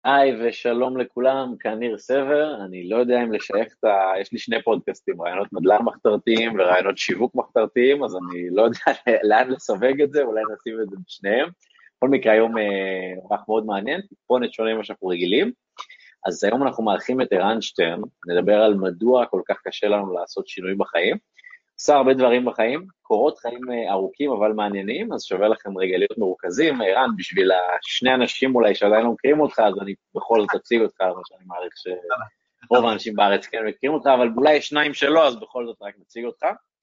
היי ושלום לכולם, כאן ניר סבר, אני לא יודע אם לשייך יש לי שני פודקאסטים, רעיונות נדל"ן מחתרתיים ורעיונות שיווק מחתרתיים, אז אני לא יודע לאן לסווג את זה, אולי נשים את זה בשניהם. בכל מקרה, היום אורח מאוד מעניין, טיפונת שונה ממה שאנחנו רגילים, אז היום אנחנו מארחים את ערן שטרן, נדבר על מדוע כל כך קשה לנו לעשות שינוי בחיים, עושה הרבה דברים בחיים, קורות חיים ארוכים אבל מעניינים, אז שווה לכם רגע להיות מרוכזים. ערן, בשביל השני אנשים אולי שעדיין לא מכירים אותך, אז אני בכל זאת אציג אותך, מה שאני מעריך שרוב האנשים בארץ כן מכירים אותך, אבל אולי יש שניים שלא, אז בכל זאת רק נציג אותך.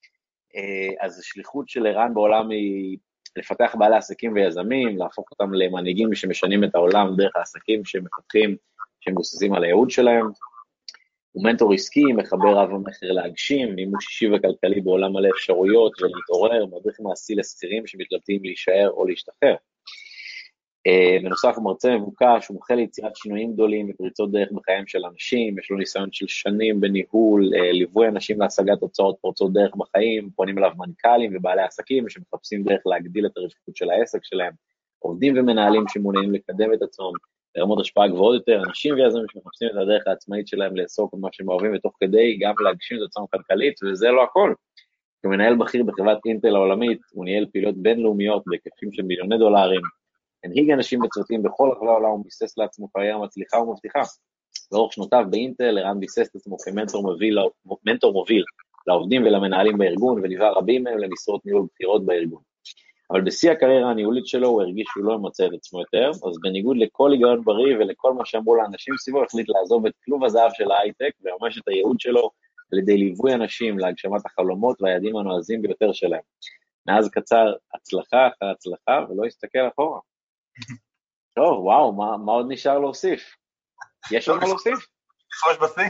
אז השליחות של ערן בעולם היא לפתח בעלי עסקים ויזמים, להפוך אותם למנהיגים שמשנים את העולם דרך העסקים שמפתחים, שמבוססים על הייעוד שלהם. הוא מנטור עסקי, מחבר רב המחר להגשים, מימוש אישי וכלכלי בעולם מלא אפשרויות ולהתעורר, מדריך מעשי לשכירים שמתלבטים להישאר או להשתחרר. בנוסף הוא מרצה מבוקש, הוא מומחה ליצירת שינויים גדולים ופריצות דרך בחיים של אנשים, יש לו ניסיון של שנים בניהול, ליווי אנשים להשגת תוצאות פורצות דרך בחיים, פונים אליו מנכ"לים ובעלי עסקים שמחפשים דרך להגדיל את הרווחיות של העסק שלהם, עובדים ומנהלים שמעוניינים לקדם את עצמם, ברמות השפעה גבוהות יותר, אנשים ויזמים שמחפשים את הדרך העצמאית שלהם לעסוק במה שהם אוהבים, ותוך כדי גם להגשים את עצמם כלכלית, וזה לא הכל. כמנהל בכיר בחברת אינטל העולמית, הוא ניהל פעילות בינלאומיות בהיקפים של מיליוני דולרים, הנהיג אנשים וצוותים בכל רחבי העולם, הוא ביסס לעצמו קריירה מצליחה ומבטיחה. לאורך שנותיו באינטל, ערן ביסס את עצמו כמנטור מוביל לעובדים ולמנהלים בארגון, וליווה רבים מהם למשרות ניהול בחירות בארגון. אבל בשיא הקריירה הניהולית שלו הוא הרגיש שהוא לא מוצא את עצמו יותר, אז בניגוד לכל היגיון בריא ולכל מה שאמרו לאנשים סביבו, החליט לעזוב את כלוב הזהב של ההייטק, וממש את הייעוד שלו על ידי ליווי אנשים להגשמת החלומות והיעדים הנועזים ביותר שלהם. מאז קצר הצלחה אחר הצלחה, ולא הסתכל אחורה. טוב, וואו, מה עוד נשאר להוסיף? יש עוד מה להוסיף? חוש בשיא?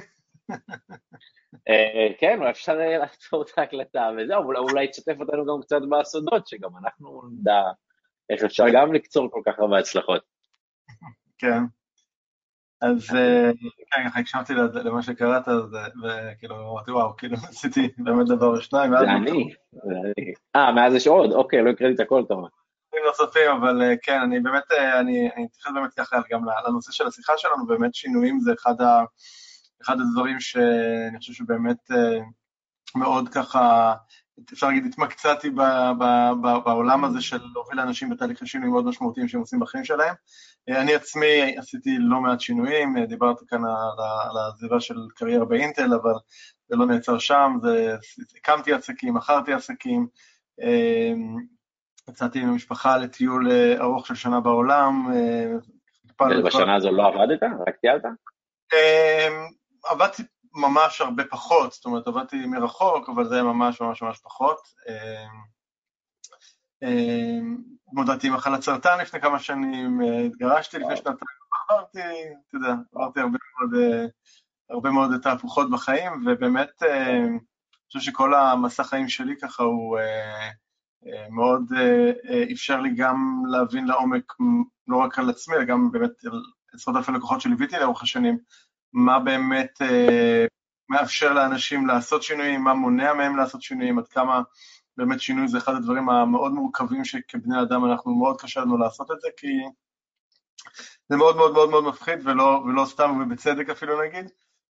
כן, אפשר לעצור את ההקלטה וזהו, אולי תשתף אותנו גם קצת בסודות, שגם אנחנו נדע איך אפשר גם לקצור כל כך הרבה הצלחות. כן. אז כן, הקשבתי למה שקראת, וכאילו, אמרתי, וואו, כאילו, עשיתי באמת דבר או שניים. זה אני. מאז יש עוד, אוקיי, לא הקראתי את הכל, אתה אומר. נוספים, אבל כן, אני באמת, אני אתייחס באמת ככה גם לנושא של השיחה שלנו, באמת שינויים זה אחד הדברים שאני חושב שבאמת מאוד ככה, אפשר להגיד, התמקצעתי בעולם הזה של להוביל לאנשים בתהליכי שינויים מאוד משמעותיים שהם עושים בחיים שלהם. אני עצמי עשיתי לא מעט שינויים, דיברתי כאן על העזיבה של קריירה באינטל, אבל זה לא נעצר שם, הקמתי עסקים, מכרתי עסקים, יצאתי עם המשפחה לטיול ארוך של שנה בעולם. ובשנה הזו לא עבדת? רק טיילת? עבדתי ממש הרבה פחות, זאת אומרת, עבדתי מרחוק, אבל זה היה ממש ממש ממש פחות. התמודדתי עם מחלת סרטן לפני כמה שנים, התגרשתי לפני שנתיים, עברתי הרבה מאוד תהפוכות בחיים, ובאמת, אני חושב שכל המסע חיים שלי ככה הוא מאוד אפשר לי גם להבין לעומק, לא רק על עצמי, אלא גם באמת עשרות אלפי לקוחות שליוויתי לאורך השנים, מה באמת מאפשר לאנשים לעשות שינויים, מה מונע מהם לעשות שינויים, עד כמה באמת שינוי זה אחד הדברים המאוד מורכבים שכבני אדם אנחנו מאוד קשה לנו לעשות את זה, כי זה מאוד מאוד מאוד מאוד מפחיד, ולא סתם ובצדק אפילו נגיד,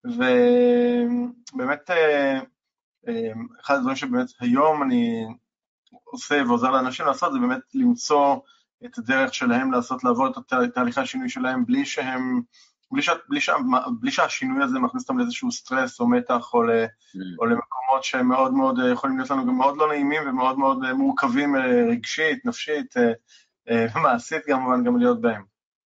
ובאמת אחד הדברים שבאמת היום אני עושה ועוזר לאנשים לעשות, זה באמת למצוא את הדרך שלהם לעבור את תהליכי השינוי שלהם בלי שהשינוי הזה מכניס אותם לאיזשהו סטרס או מתח או למקומות שהם מאוד מאוד יכולים להיות לנו גם מאוד לא נעימים ומאוד מאוד מורכבים רגשית, נפשית ומעשית גם להיות בהם.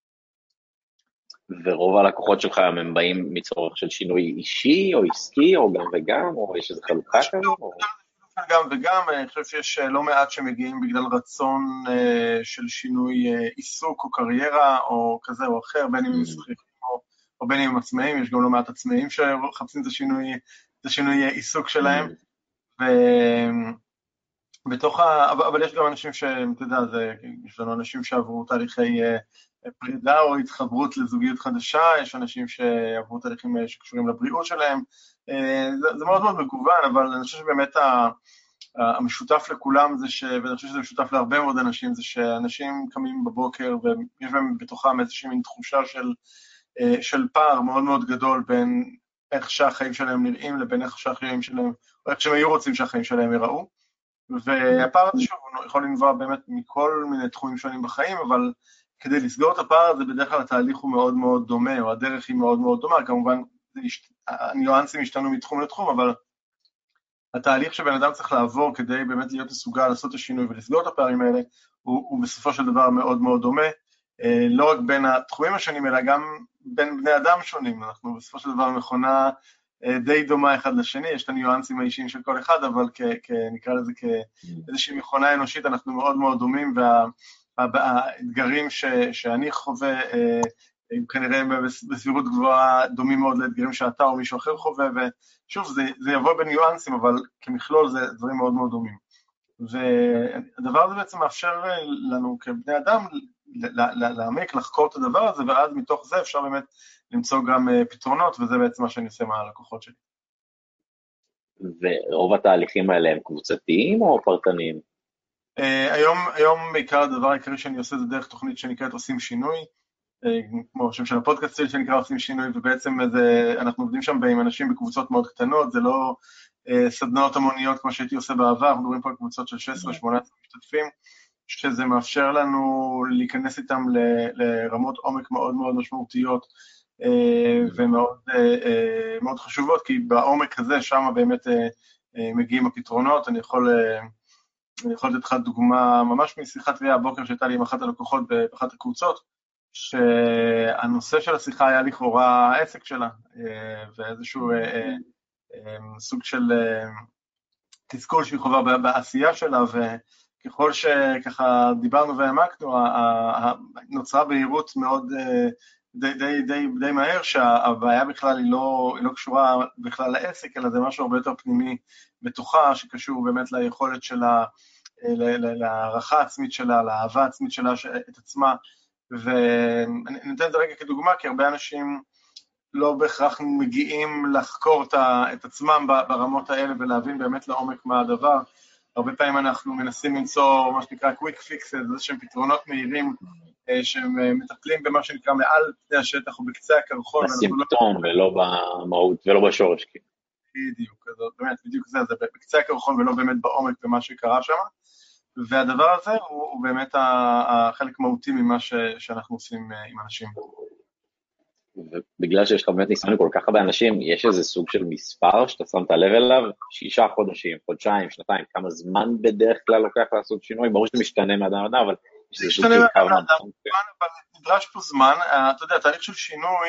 ורוב הלקוחות שלך הם באים מצורך של שינוי אישי או עסקי או גם וגם, או יש איזו חלוקה כזו? גם וגם, אני חושב שיש לא מעט שמגיעים בגלל רצון של שינוי עיסוק או קריירה או כזה או אחר, בין אם הם שכירים או בין אם הם עצמאים, יש גם לא מעט עצמאים שחפשים את השינוי עיסוק שלהם, אבל יש גם אנשים שאתה יודע, יש לנו אנשים שעברו תהליכי פרידה או התחברות לזוגיות חדשה, יש אנשים שעברו תהליכים שקשורים לבריאות שלהם, זה מאוד מאוד מגוון, אבל אני חושב שבאמת המשותף לכולם זה ואני חושב שזה משותף להרבה מאוד אנשים, זה שאנשים קמים בבוקר ויש בהם בתוכם איזושהי מין תחושה של של פער מאוד מאוד גדול בין איך שהחיים שלהם נראים לבין איך שהחיים שלהם, או איך שהם היו רוצים שהחיים שלהם יראו, והפער הזה שוב הוא יכול לנבוע באמת מכל מיני תחומים שונים בחיים, אבל כדי לסגור את הפער הזה בדרך כלל התהליך הוא מאוד מאוד דומה, או הדרך היא מאוד מאוד דומה, כמובן הניואנסים השתנו מתחום לתחום, אבל התהליך שבן אדם צריך לעבור כדי באמת להיות מסוגל לעשות את השינוי ולסגור את הפערים האלה, הוא בסופו של דבר מאוד מאוד דומה, לא רק בין התחומים השונים, אלא גם בין בני אדם שונים. אנחנו בסופו של דבר מכונה די דומה אחד לשני, יש את הניואנסים האישיים של כל אחד, אבל נקרא לזה כאיזושהי מכונה אנושית, אנחנו מאוד מאוד דומים, והאתגרים שאני חווה, הם כנראה בסבירות גבוהה דומים מאוד לאתגרים שאתה או מישהו אחר חווה, ושוב, זה יבוא בניואנסים, אבל כמכלול זה דברים מאוד מאוד דומים. והדבר הזה בעצם מאפשר לנו כבני אדם להעמיק, לחקור את הדבר הזה, ואז מתוך זה אפשר באמת למצוא גם פתרונות, וזה בעצם מה שאני עושה מהלקוחות שלי. ורוב התהליכים האלה הם קבוצתיים או פרטניים? היום בעיקר הדבר העיקרי שאני עושה זה דרך תוכנית שנקראת עושים שינוי, כמו שם של הפודקאסט שלי שנקרא עושים שינוי, ובעצם אנחנו עובדים שם עם אנשים בקבוצות מאוד קטנות, זה לא סדנאות המוניות כמו שהייתי עושה בעבר, אנחנו מדברים פה על קבוצות של 16-18 משתתפים, שזה מאפשר לנו להיכנס איתם לרמות עומק מאוד מאוד משמעותיות, ומאוד מאוד חשובות, כי בעומק הזה שם באמת מגיעים הפתרונות. אני יכול לתת לך דוגמה ממש משיחת ראייה הבוקר שהייתה לי עם אחת הלקוחות באחת הקבוצות, שהנושא של השיחה היה לכאורה העסק שלה, ואיזשהו סוג של תסכול שהיא חובה בעשייה שלה, וככל שככה דיברנו והעמקנו, נוצרה בהירות מאוד די מהר, שהבעיה בכלל היא לא קשורה בכלל לעסק, אלא זה משהו הרבה יותר פנימי בתוכה, שקשור באמת ליכולת שלה, להערכה עצמית שלה, לאהבה עצמית שלה את עצמה, ואני נותן את זה רגע כדוגמה, כי הרבה אנשים לא בהכרח מגיעים לחקור את עצמם ברמות האלה, ולהבין באמת לעומק מה הדבר. הרבה פעמים אנחנו מנסים למצוא מה שנקרא quick fixes, זה שהם פתרונות מהירים, שהם מטפלים במה שנקרא מעל פני השטח, או בקצה הקרחון. בסימפטום ולא במהות ולא בשורש. בדיוק, באמת, בדיוק זה בקצה הקרחון ולא באמת בעומק במה שקרה שם. והדבר הזה הוא באמת החלק מהותי ממה שאנחנו עושים עם אנשים. ובגלל שיש לך באמת ניסיון לכל כך הרבה אנשים, יש איזה סוג של מספר שאתה שמת לב אליו, 6 חודשים, חודשיים, שנתיים, כמה זמן בדרך כלל לוקח לעשות שינוי? ברור שזה משתנה מאדם לאדם, אבל יש איזה סוג של קו אבל נדרש פה זמן. אתה יודע, תהליך של שינוי,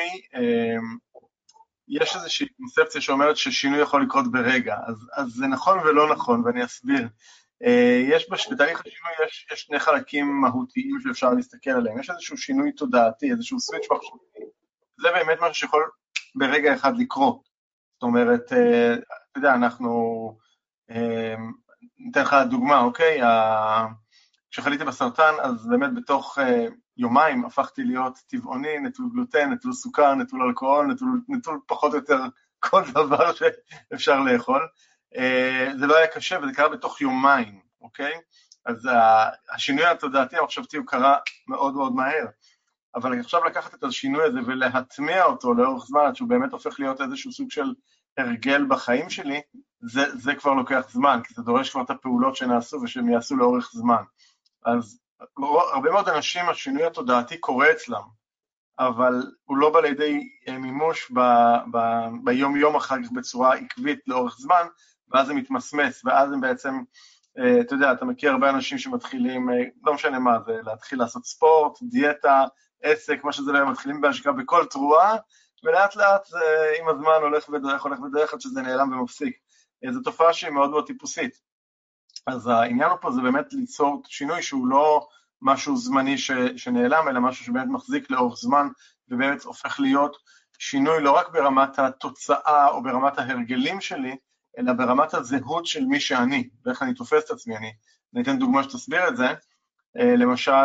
יש איזושהי קונספציה שאומרת ששינוי יכול לקרות ברגע, אז זה נכון ולא נכון, ואני אסביר. בתהליך השינוי יש שני חלקים מהותיים שאפשר להסתכל עליהם. יש איזשהו שינוי תודעתי, איזשהו סוויץ' מחשבתי. זה באמת משהו שיכול ברגע אחד לקרות. זאת אומרת, אתה יודע, אנחנו ניתן לך דוגמה, אוקיי? כשחליתי בסרטן, אז באמת בתוך יומיים הפכתי להיות טבעוני, נטול גלוטן, נטול סוכר, נטול אלכוהול, נטול פחות או יותר כל דבר שאפשר לאכול. זה לא היה קשה, וזה קרה בתוך יומיים, אוקיי? אז השינוי התודעתי המחשבתי הוא קרה מאוד מאוד מהר, אבל עכשיו לקחת את השינוי הזה ולהטמיע אותו לאורך זמן, שהוא באמת הופך להיות איזשהו סוג של הרגל בחיים שלי, זה כבר לוקח זמן, כי זה דורש כבר את הפעולות שנעשו ושהם יעשו לאורך זמן. אז הרבה מאוד אנשים השינוי התודעתי קורה אצלם, אבל הוא לא בא לידי מימוש ביום יום אחר כך בצורה עקבית לאורך זמן, ואז הם מתמסמס, ואז הם בעצם, אתה יודע, אתה מכיר הרבה אנשים שמתחילים, לא משנה מה זה, להתחיל לעשות ספורט, דיאטה, עסק, מה שזה לא, הם מתחילים בהשקעה בכל תרועה, ולאט לאט עם הזמן הולך ודרך עד שזה נעלם ומפסיק. זו תופעה שהיא מאוד מאוד טיפוסית. אז העניין פה זה באמת ליצור שינוי שהוא לא משהו זמני שנעלם, אלא משהו שבאמת מחזיק לאורך זמן, ובאמת הופך להיות שינוי לא רק ברמת התוצאה או ברמת ההרגלים שלי, אלא ברמת הזהות של מי שאני, ואיך אני תופס את עצמי. אני אתן דוגמה שתסביר את זה. למשל,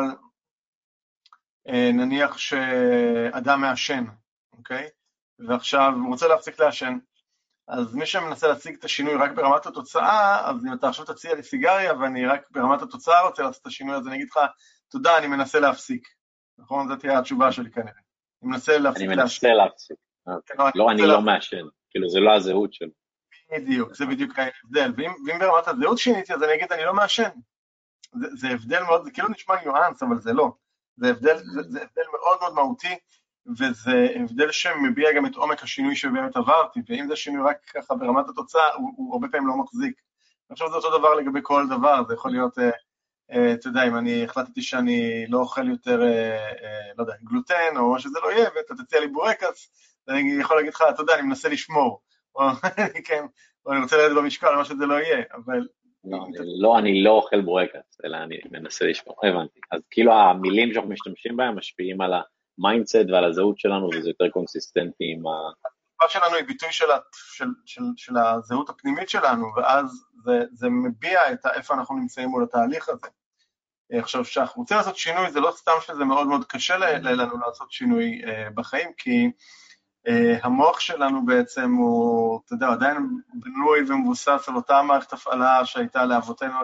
נניח שאדם מעשן, אוקיי? ועכשיו הוא רוצה להפסיק לעשן. אז מי שמנסה להציג את השינוי רק ברמת התוצאה, אז אם אתה עכשיו תציע לי סיגריה, ואני רק ברמת התוצאה רוצה לעשות את השינוי, אז אני אגיד לך, תודה, אני מנסה להפסיק. נכון? זו תהיה התשובה שלי כנראה. אני מנסה אני להפסיק לעשן. מנסה להפסיק. כן, לא, אני לא, מנסה אני לא להפסיק. מעשן, כאילו זה לא הזהות שלו. בדיוק, זה בדיוק ההבדל. ואם ברמת הזהות שיניתי, אז אני אגיד, אני לא מעשן. זה הבדל מאוד, זה כאילו נשמע ניואנס, אבל זה לא. זה הבדל מאוד מאוד מהותי, וזה הבדל שמביע גם את עומק השינוי שבאמת עברתי, ואם זה שינוי רק ככה ברמת התוצאה, הוא הרבה פעמים לא מחזיק. אני חושב שזה אותו דבר לגבי כל דבר, זה יכול להיות, אתה יודע, אם אני החלטתי שאני לא אוכל יותר, לא יודע, גלוטן, או מה שזה לא יהיה, ואתה תציע לי בורקס, אני יכול להגיד לך, אתה יודע, אני מנסה לשמור, או, כן, או אני רוצה לרדת במשקל, מה שזה לא יהיה, אבל... לא, אני לא אוכל בורקס, אלא אני מנסה לשמור, הבנתי. אז כאילו המילים שאנחנו משתמשים בהם משפיעים על המיינדסט ועל הזהות שלנו, וזה יותר קונסיסטנטי עם התקופה שלנו היא ביטוי של הזהות הפנימית שלנו, ואז זה מביע את איפה אנחנו נמצאים מול התהליך הזה. עכשיו, כשאנחנו רוצים לעשות שינוי, זה לא סתם שזה מאוד מאוד קשה לנו לעשות שינוי בחיים, כי המוח שלנו בעצם הוא, אתה יודע, עדיין בנוי ומבוסס על אותה מערכת הפעלה שהייתה לאבותינו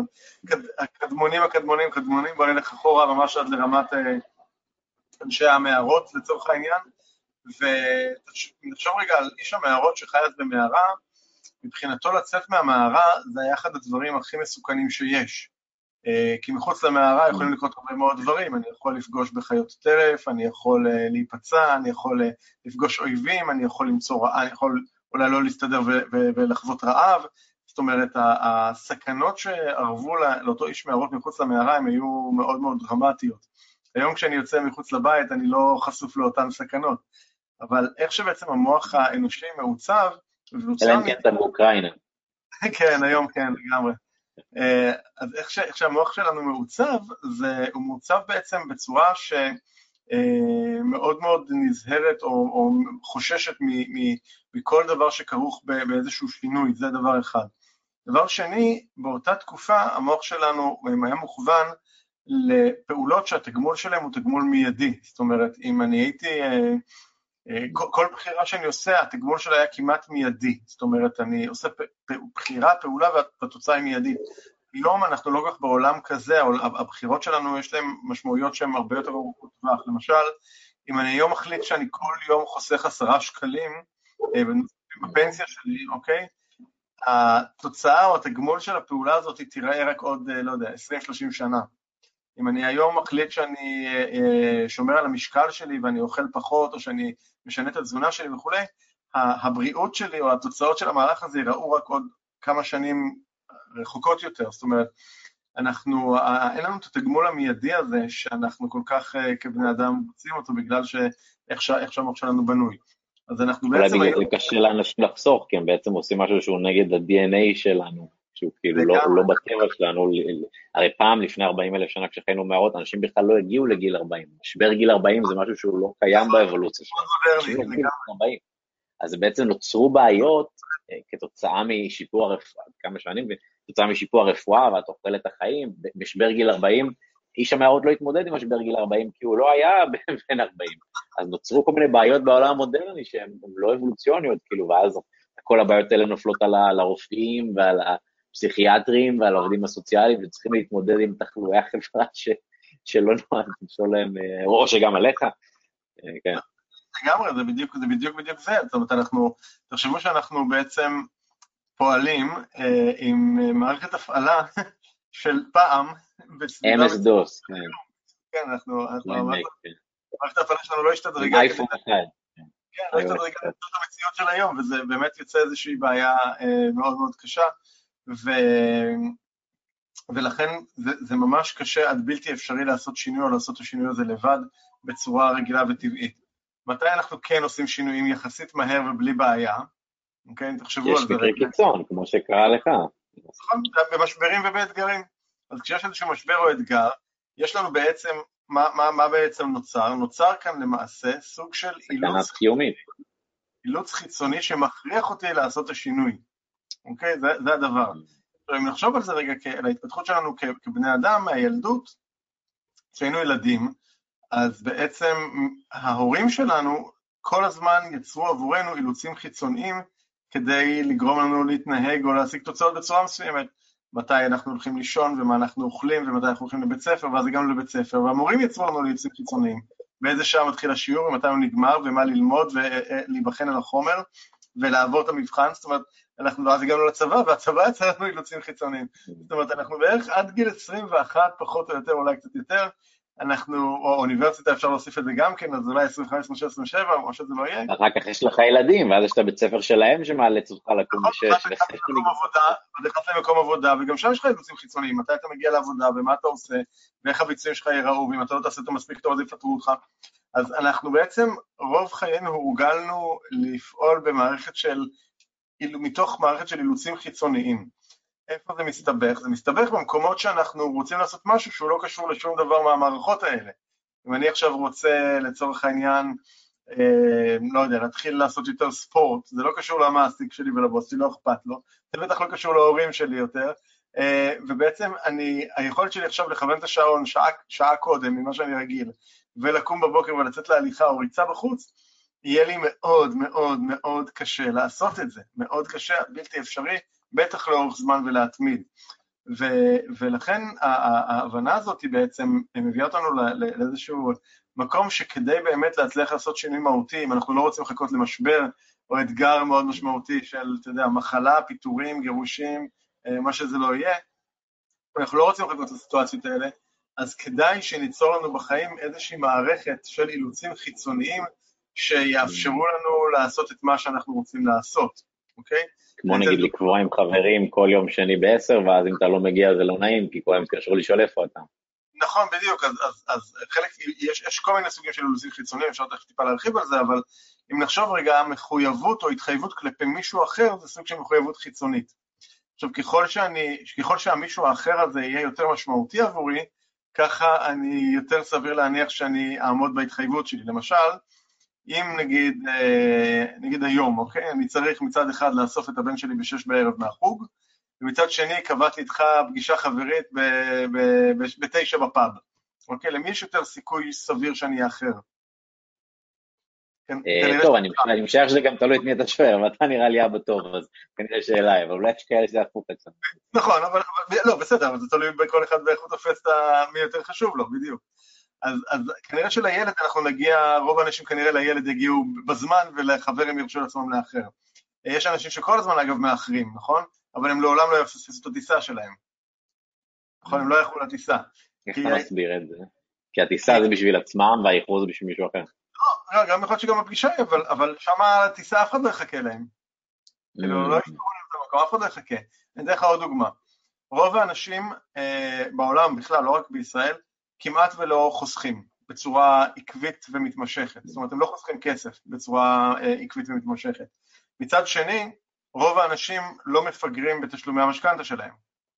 הקדמונים, בוא נלך אחורה ממש עד לרמת אנשי המערות לצורך העניין, ונחשוב רגע על איש המערות שחי אז במערה, מבחינתו לצאת מהמערה זה היה אחד הדברים הכי מסוכנים שיש, כי מחוץ למערה יכולים לקרות הרבה מאוד דברים, אני יכול לפגוש בחיות טרף, אני יכול להיפצע, אני יכול לפגוש אויבים, אני יכול למצוא רעב, אני יכול אולי לא להסתדר ולחזות רעב, זאת אומרת, הסכנות שערבו לאותו איש מערות מחוץ למערה הם היו מאוד מאוד דרמטיות. היום כשאני יוצא מחוץ לבית אני לא חשוף לאותן סכנות, אבל איך שבעצם המוח האנושי מעוצב, אלא אם כן אתה באוקראינה. כן, היום כן, לגמרי. אז איך שהמוח שלנו מעוצב, הוא מעוצב בעצם בצורה שמאוד מאוד נזהרת או חוששת מכל דבר שכרוך באיזשהו שינוי, זה דבר אחד. דבר שני, באותה תקופה המוח שלנו היה מוכוון לפעולות שהתגמול שלהם הוא תגמול מיידי, זאת אומרת, אם אני הייתי, כל בחירה שאני עושה, התגמול שלה היה כמעט מיידי, זאת אומרת, אני עושה בחירה, פעולה והתוצאה היא מיידית. היום אנחנו לא כך בעולם כזה, הבחירות שלנו יש להם משמעויות שהן הרבה יותר ארוכות טווח, למשל, אם אני היום מחליט שאני כל יום חוסך 10 שקלים, בפנסיה שלי, אוקיי? התוצאה או התגמול של הפעולה הזאת תיראה רק עוד, לא יודע, 20-30 שנה. אם אני היום מחליט שאני שומר על המשקל שלי ואני אוכל פחות, או שאני משנה את התזונה שלי וכו', הבריאות שלי או התוצאות של המהלך הזה יראו רק עוד כמה שנים רחוקות יותר. זאת אומרת, אין לנו את התגמול המיידי הזה שאנחנו כל כך כבני אדם רוצים אותו, בגלל שאיך שהמוח שלנו בנוי. אז אנחנו בעצם... אולי בגלל זה קשה לאנשים לחסוך, כי הם בעצם עושים משהו שהוא נגד ה-DNA שלנו, שהוא כאילו לא בטבע שלנו. הרי פעם לפני 40,000 שנה כשחיינו מערות, אנשים בכלל לא הגיעו לגיל 40. משבר גיל 40 זה משהו שהוא לא קיים באבולוציה שלנו. אז בעצם נוצרו בעיות כתוצאה משיפור הרפואה, כמה שנים, כתוצאה משיפור הרפואה והתוחלת החיים. משבר גיל 40, איש המערות לא התמודד עם משבר גיל 40, כי הוא לא היה בן 40. אז נוצרו כל מיני בעיות בעולם המודרני שהן לא אבולוציוניות, כאילו, ואז כל הבעיות האלה נופלות על הרופאים ועל הפסיכיאטרים ועל העובדים הסוציאליים, וצריכים להתמודד עם תחלואי החברה שלא נועד לשאול להם, או שגם עליך. כן. לגמרי, זה בדיוק זה. זאת אומרת, תחשבו שאנחנו בעצם פועלים עם מערכת הפעלה של פעם, MS-DOS, כן. כן, מערכת ההפעלה שלנו לא השתדרגה. אייפון אחד. כן, לא השתדרגה את המציאות של היום, וזה באמת יוצא איזושהי בעיה מאוד מאוד קשה, ולכן זה ממש קשה עד בלתי אפשרי לעשות שינוי, או לעשות את השינוי הזה לבד בצורה רגילה וטבעית. מתי אנחנו כן עושים שינויים יחסית מהר ובלי בעיה? אוקיי, תחשבו על זה. יש מקרה קיצון, כמו שקרה לך. נכון, במשברים ובאתגרים. אז כשיש איזשהו משבר או אתגר, יש לנו בעצם, מה בעצם נוצר? נוצר כאן למעשה סוג של אילוץ חיצוני שמכריח אותי לעשות את השינוי. אוקיי? זה הדבר. אם נחשוב על זה רגע, על ההתפתחות שלנו כבני אדם, מהילדות, כשהיינו ילדים, אז בעצם ההורים שלנו כל הזמן יצרו עבורנו אילוצים חיצוניים, כדי לגרום לנו להתנהג או להשיג תוצאות בצורה מסוימת. מתי אנחנו הולכים לישון ומה אנחנו אוכלים ומתי אנחנו הולכים לבית ספר, ואז הגענו לבית ספר, והמורים יצרו לנו אילוצים חיצוניים. באיזה שעה מתחיל השיעור, ומתי הוא נגמר, ומה ללמוד, ולהיבחן על החומר, ולעבור את המבחן. זאת אומרת, אנחנו אז הגענו לצבא, והצבא יצא לנו אילוצים חיצוניים. זאת אומרת, אנחנו בערך עד גיל 21, פחות או יותר, אולי קצת יותר, אנחנו, או אוניברסיטה אפשר להוסיף את זה גם כן, אז אולי 25, 26, 27, או שזה לא יהיה. אחר כך יש לך ילדים, ואז יש את הבית ספר שלהם שמאלץ אותך לקום בשש. נכנס למקום עבודה, וגם שם יש לך אילוצים חיצוניים, מתי אתה מגיע לעבודה, ומה אתה עושה, ואיך הביצועים שלך ייראו, ואם אתה לא תעשה את המספיק טוב, אז יפטרו אותך. אז אנחנו בעצם, רוב חיינו הורגלנו לפעול במערכת של, מתוך מערכת של אילוצים חיצוניים. איפה זה מסתבך? זה מסתבך במקומות שאנחנו רוצים לעשות משהו שהוא לא קשור לשום דבר מהמערכות האלה. אם אני עכשיו רוצה לצורך העניין, לא יודע, להתחיל לעשות יותר ספורט, זה לא קשור למעסיק שלי ולבוס שלי, לא אכפת לו, זה בטח לא קשור להורים שלי יותר, ובעצם היכולת שלי עכשיו לכוון את השעון שעה קודם ממה שאני רגיל, ולקום בבוקר ולצאת להליכה או ריצה בחוץ, יהיה לי מאוד מאוד מאוד קשה לעשות את זה, מאוד קשה, בלתי אפשרי, בטח לאורך זמן ולהתמיד. ולכן ההבנה הזאת היא בעצם מביאה אותנו לאיזשהו מקום שכדי באמת להצליח לעשות שינוי מהותי, אם אנחנו לא רוצים לחכות למשבר או אתגר מאוד משמעותי של, אתה יודע, מחלה, פיטורים, גירושים, מה שזה לא יהיה, אנחנו לא רוצים לחכות לסיטואציות האלה, אז כדאי שניצור לנו בחיים איזושהי מערכת של אילוצים חיצוניים שיאפשרו לנו לעשות את מה שאנחנו רוצים לעשות, אוקיי? כמו נגיד לקבוע עם חברים כל יום שני ב10, ואז אם אתה לא מגיע זה לא נעים, כי כל יום תקשרו לשאול איפה אתה. נכון, בדיוק, אז חלק, יש כל מיני סוגים של אילוצים חיצוניים, אפשר טיפה להרחיב על זה, אבל אם נחשוב רגע, מחויבות או התחייבות כלפי מישהו אחר, זה סוג של מחויבות חיצונית. עכשיו, ככל שהמישהו האחר הזה יהיה יותר משמעותי עבורי, ככה אני יותר סביר להניח שאני אעמוד בהתחייבות שלי. למשל, אם נגיד היום, אוקיי? אני צריך מצד אחד לאסוף את הבן שלי ב6 בערב מהחוג, ומצד שני קבעתי איתך פגישה חברית ב9 בפאב. אוקיי? למי יש יותר סיכוי סביר שאני אאחר? טוב, אני משער שזה גם תלוי את מי אתה שואל, אבל אתה נראה לי אבא טוב, אז כנראה שאליי, אבל אולי יש כאלה שזה הפוך קצת. נכון, אבל לא, בסדר, אבל זה תלוי בכל אחד ואיך הוא תופס מי יותר חשוב לו, בדיוק. אז כנראה שלילד אנחנו נגיע, רוב האנשים כנראה לילד יגיעו בזמן, ולחבר הם ירשו לעצמם לאחר. יש אנשים שכל הזמן אגב מאחרים, נכון? אבל הם לעולם לא יפססו את הטיסה שלהם. נכון, הם לא יכולו לטיסה. איך אתה מסביר את זה? כי הטיסה זה בשביל עצמם, והאיחור זה בשביל מישהו אחר. לא, גם יכול להיות שגם הפגישה היא, אבל שם הטיסה אף אחד לא יחכה להם. כאילו, לא ישתרו להם את המקום, אף אחד לא יחכה. אני אתן לך עוד דוגמה. רוב האנשים בעולם, בכלל, לא רק בישראל, כמעט ולא חוסכים בצורה עקבית ומתמשכת. זאת אומרת, הם לא חוסכים כסף בצורה עקבית ומתמשכת. מצד שני, רוב האנשים לא מפגרים בתשלומי המשכנתה שלהם.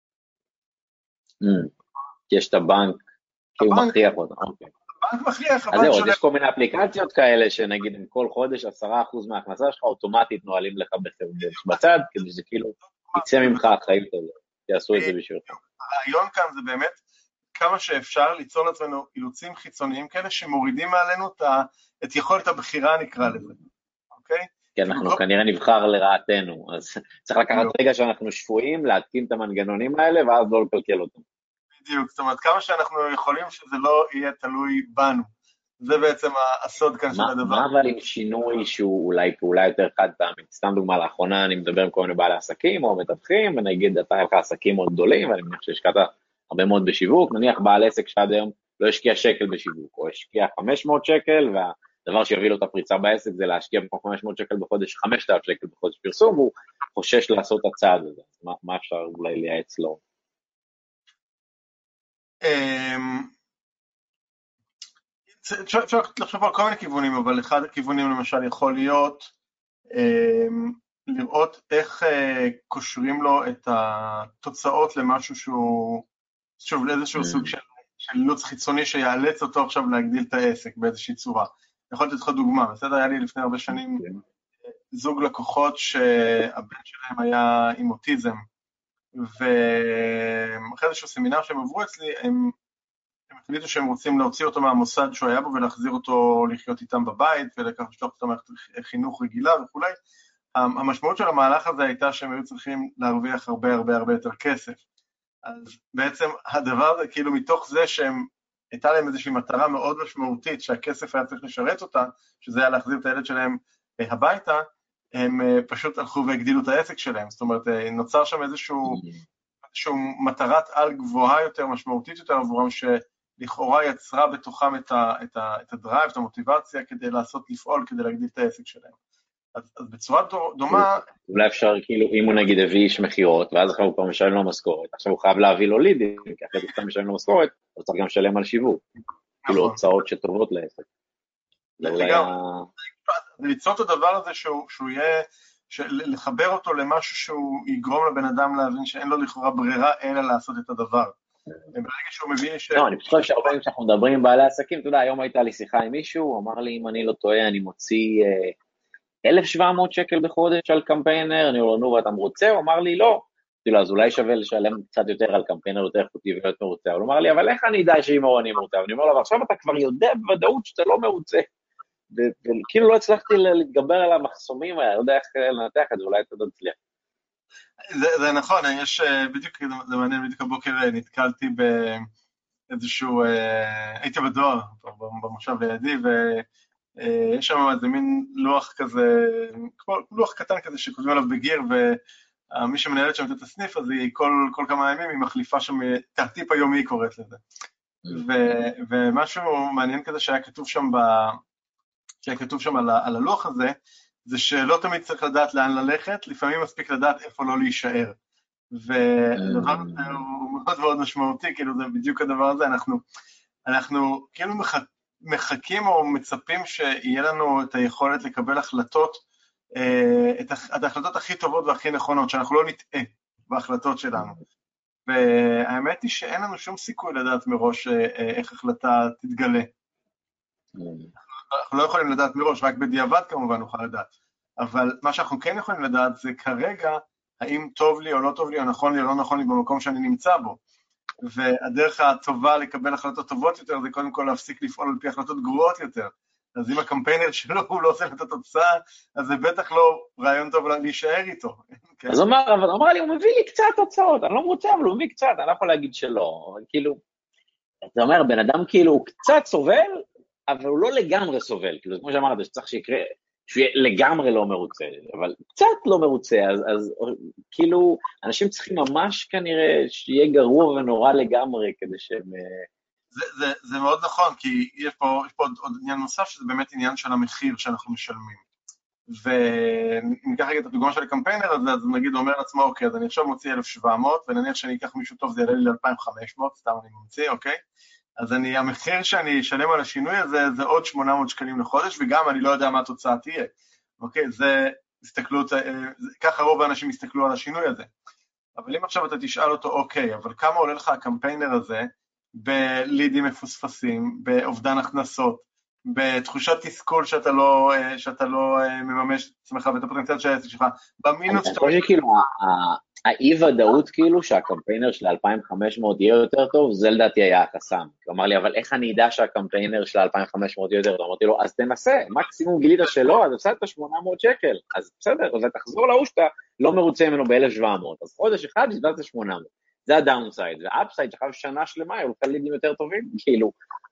כי יש את הבנק, כי הוא מכריח אותם. הבנק מכריח, אז זהו, יש כל מיני אפליקציות כאלה, שנגיד עם כל חודש 10% מההכנסה שלך, אוטומטית נועלים לך בצד, כדי שזה כאילו יצא ממך האחריות הזאת, יעשו את זה בשבילך. הרעיון כאן זה באמת, כמה שאפשר ליצור לעצמנו אילוצים חיצוניים כאלה, שמורידים מעלינו את יכולת הבחירה נקרא לזה, אוקיי? כי אנחנו כנראה נבחר לרעתנו, אז צריך לקחת רגע שאנחנו שפויים, להתקין את המנגנונים האלה, ואז לא לקלקל אותם. בדיוק, זאת אומרת, כמה שאנחנו יכולים שזה לא יהיה תלוי בנו. זה בעצם הסוד כאן של הדבר. מה אבל עם שינוי שהוא אולי פעולה יותר חד פעמית? סתם דוגמה, לאחרונה אני מדבר עם כל מיני בעלי עסקים או מתווכים, ונגיד אתה לך עסקים מאוד גדולים, ואני מניח שהשקעת הרבה מאוד בשיווק, נניח בעל עסק שעד היום לא השקיע שקל בשיווק, או השקיע 500 שקל, והדבר שיביא לו את הפריצה בעסק זה להשקיע במקום 500 שקל בחודש, 5,000 שקל בחודש פרסום, והוא חושש לעשות את הצעד הזה. מה אפשר אולי לייעץ לו? אפשר לחשוב על כל מיני כיוונים, אבל אחד הכיוונים למשל יכול להיות לראות איך קושרים לו את התוצאות למשהו שהוא, שוב, לאיזשהו סוג של אילוץ חיצוני שיאלץ אותו עכשיו להגדיל את העסק באיזושהי צורה. אני יכול לתת לך דוגמה, בסדר? היה לי לפני הרבה שנים זוג לקוחות שהבן שלהם היה עם אוטיזם, ואחרי איזשהו סמינר שהם עברו אצלי, הם החליטו שהם רוצים להוציא אותו מהמוסד שהוא היה בו ולהחזיר אותו לחיות איתם בבית ולקחת לשלוח אותו מערכת חינוך רגילה וכו'. המשמעות של המהלך הזה הייתה שהם היו צריכים להרוויח הרבה הרבה הרבה יותר כסף. אז בעצם הדבר הזה, כאילו מתוך זה שהם הייתה להם איזושהי מטרה מאוד משמעותית שהכסף היה צריך לשרת אותה, שזה היה להחזיר את הילד שלהם הביתה, הם פשוט הלכו והגדילו את העסק שלהם, זאת אומרת, נוצר שם איזשהו מטרת על גבוהה יותר, משמעותית יותר עבורם, שלכאורה יצרה בתוכם את הדרייב, את המוטיבציה, כדי לפעול, כדי להגדיל את העסק שלהם. אז בצורה דומה... אולי אפשר, כאילו, אם הוא נגיד הביא איש מחירות, ואז אחר הוא כבר משלם לו משכורת, עכשיו הוא חייב להביא לו לידים, כי אחרי זה סתם משלם לו משכורת, אז צריך גם לשלם על שיווק. כאילו, הוצאות שטובות לעסק. ליצור את הדבר הזה שהוא יהיה, לחבר אותו למשהו שהוא יגרום לבן אדם להבין שאין לו לכאורה ברירה אלא לעשות את הדבר. ברגע שהוא מבין לא, אני חושב שהרבה פעמים שאנחנו מדברים עם בעלי עסקים, אתה יודע, היום הייתה לי שיחה עם מישהו, הוא אמר לי, אם אני לא טועה, אני מוציא 1,700 שקל בחודש על קמפיינר, אני אומר, נו, ואתה מרוצה? הוא אמר לי, לא. אז אולי שווה לשלם קצת יותר על קמפיינר יותר איכותי ולהיות מרוצה. הוא אמר לי, אבל איך אני יודע שאם אני מרוצה? ואני אומר לו, עכשיו אתה כבר יודע בוודאות שאתה לא מרוצה. וכאילו לא הצלחתי להתגבר על המחסומים האלה, לא יודע איך לנתח את זה, אולי אתה לא תצליח. זה נכון, יש בדיוק, זה מעניין, בדיוק הבוקר נתקלתי באיזשהו, הייתי בדואר, במושב לידי, ויש שם איזה מין לוח כזה, כמו לוח קטן כזה שכותבים עליו בגיר, ומי שמנהלת שם את הסניף, אז היא כל כמה ימים היא מחליפה שם, תעטיפ היומי היא קוראת לזה. ומשהו מעניין כזה שהיה כתוב שם על הלוח הזה, זה שלא תמיד צריך לדעת לאן ללכת, לפעמים מספיק לדעת איפה לא להישאר. ודבר הזה הוא מאוד מאוד משמעותי, כאילו זה בדיוק הדבר הזה, אנחנו כאילו מחכים או מצפים שיהיה לנו את היכולת לקבל החלטות, את ההחלטות הכי טובות והכי נכונות, שאנחנו לא נטעה בהחלטות שלנו. והאמת היא שאין לנו שום סיכוי לדעת מראש איך החלטה תתגלה. אנחנו לא יכולים לדעת מראש, רק בדיעבד כמובן נוכל לדעת. אבל מה שאנחנו כן יכולים לדעת זה כרגע, האם טוב לי או לא טוב לי, או נכון לי או לא נכון לי במקום שאני נמצא בו. והדרך הטובה לקבל החלטות טובות יותר, זה קודם כל להפסיק לפעול על פי החלטות גרועות יותר. אז אם הקמפיינר שלו הוא לא עושה את התוצאה, אז זה בטח לא רעיון טוב להישאר איתו. אז הוא אמר לי, הוא מביא לי קצת תוצאות, אני לא מרוצה, אבל הוא מביא קצת, אני לא יכול להגיד שלא. כאילו, אתה אומר, בן אדם כאילו הוא קצת סובל, אבל הוא לא לגמרי סובל, כאילו, כמו שאמרת, שצריך שיקרה, שהוא יהיה לגמרי לא מרוצה, אבל קצת לא מרוצה, אז כאילו, אנשים צריכים ממש כנראה שיהיה גרוע ונורא לגמרי, כדי שהם... זה מאוד נכון, כי יש פה עוד עניין נוסף, שזה באמת עניין של המחיר שאנחנו משלמים. וניקח רגע את הדוגמה של הקמפיינר הזה, אז נגיד הוא אומר לעצמו, אוקיי, אז אני עכשיו מוציא 1,700, ונניח שאני אקח מישהו טוב, זה יעלה לי 2,500, סתם אני ממציא, אוקיי? אז המחיר שאני אשלם על השינוי הזה, זה עוד 800 שקלים לחודש, וגם אני לא יודע מה התוצאה תהיה. אוקיי, זה הסתכלות, ככה רוב האנשים יסתכלו על השינוי הזה. אבל אם עכשיו אתה תשאל אותו, אוקיי, אבל כמה עולה לך הקמפיינר הזה, בלידים מפוספסים, באובדן הכנסות, בתחושת תסכול שאתה לא מממש את עצמך ואת הפוטנציאל של העסק שלך, במינוס שאתה... אני חושב שכאילו, האי-ודאות כאילו שהקמפיינר של 2,500 יהיה יותר טוב, זה לדעתי היה החסם. הוא אמר לי, אבל איך אני אדע שהקמפיינר של 2,500 יהיה יותר טוב? אמרתי לו, אז תנסה, מקסימום גילית שלא, אז הפסדת 800 שקל, אז בסדר, אז תחזור להוא שאתה לא מרוצה ממנו ב-1,700, אז חודש אחד הפסדת 800. זה הדאונסייד, והאפסייד שלך שנה שלמה, הוא לך לידים יותר טובים, כאילו.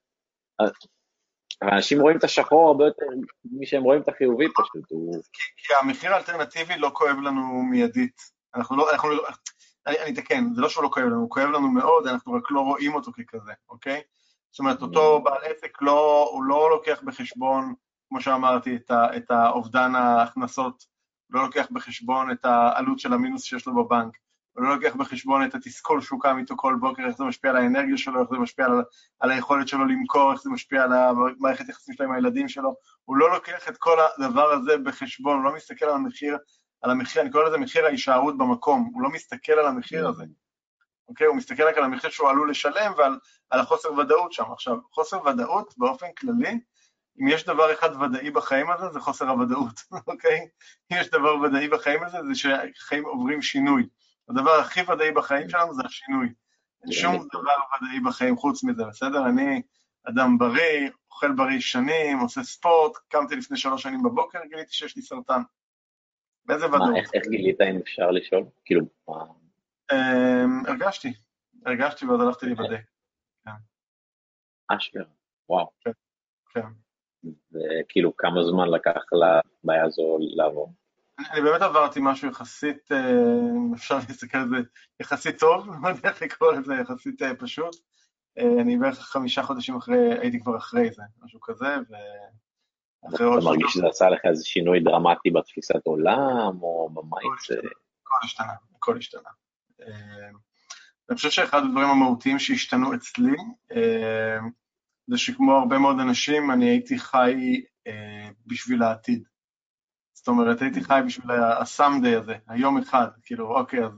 אנשים רואים את השחור הרבה יותר, מי שהם רואים את החיובית פשוט. כי המחיר האלטרנטיבי לא כואב לנו מיידית. אני אתקן, זה לא שהוא לא כואב לנו, הוא כואב לנו מאוד, אנחנו רק לא רואים אותו ככזה, אוקיי? זאת אומרת, אותו בעל עסק הוא לא לוקח בחשבון, כמו שאמרתי, את האובדן ההכנסות, לא לוקח בחשבון את העלות של המינוס שיש לו בבנק, הוא לא לוקח בחשבון את התסכול שהוא קם איתו כל בוקר, איך זה משפיע על האנרגיה שלו, איך זה משפיע על היכולת שלו למכור, איך זה משפיע על המערכת יחסים שלו עם הילדים שלו, הוא לא לוקח את כל הדבר הזה בחשבון, הוא לא מסתכל על המחיר, אני קורא לזה מחיר ההישארות במקום, הוא לא מסתכל על המחיר הזה, אוקיי? הוא מסתכל רק על המחיר שהוא עלול לשלם ועל החוסר ודאות שם. עכשיו, חוסר ודאות באופן כללי, אם יש דבר אחד ודאי בחיים הזה, זה חוסר הוודאות, אוקיי? אם יש דבר ודאי בחיים הזה, זה שהחיים עוברים שינוי. הדבר הכי ודאי בחיים שלנו זה השינוי. אין שום דבר ודאי בחיים חוץ מזה, בסדר? אני אדם בריא, אוכל בריא שנים, עושה ספורט, קמתי לפני 3 שנים בבוקר, גיליתי שיש לי סרטן. באיזה ודאות? איך גילית אם אפשר לשאול? כאילו, הרגשתי ואז הלכתי להיבדק. אשכרה, וואו. כן, כן. וכאילו כמה זמן לקח לבעיה הזו לעבור? אני באמת עברתי משהו יחסית, אפשר להסתכל על זה יחסית טוב, לא יודע איך לקרוא לזה, יחסית פשוט. אני בערך 5 חודשים אחרי, הייתי כבר אחרי זה, משהו כזה, ואחרי עוד אתה 3 מרגיש שזה עשה לך איזה שינוי דרמטי בתפיסת עולם, או במיינדסט? הכל השתנה, הכל השתנה. אני חושב שאחד הדברים המהותיים שהשתנו אצלי, זה שכמו הרבה מאוד אנשים, אני הייתי חי בשביל העתיד. זאת אומרת, הייתי חי בשביל הסאמדיי הזה, היום אחד, כאילו, אוקיי, אז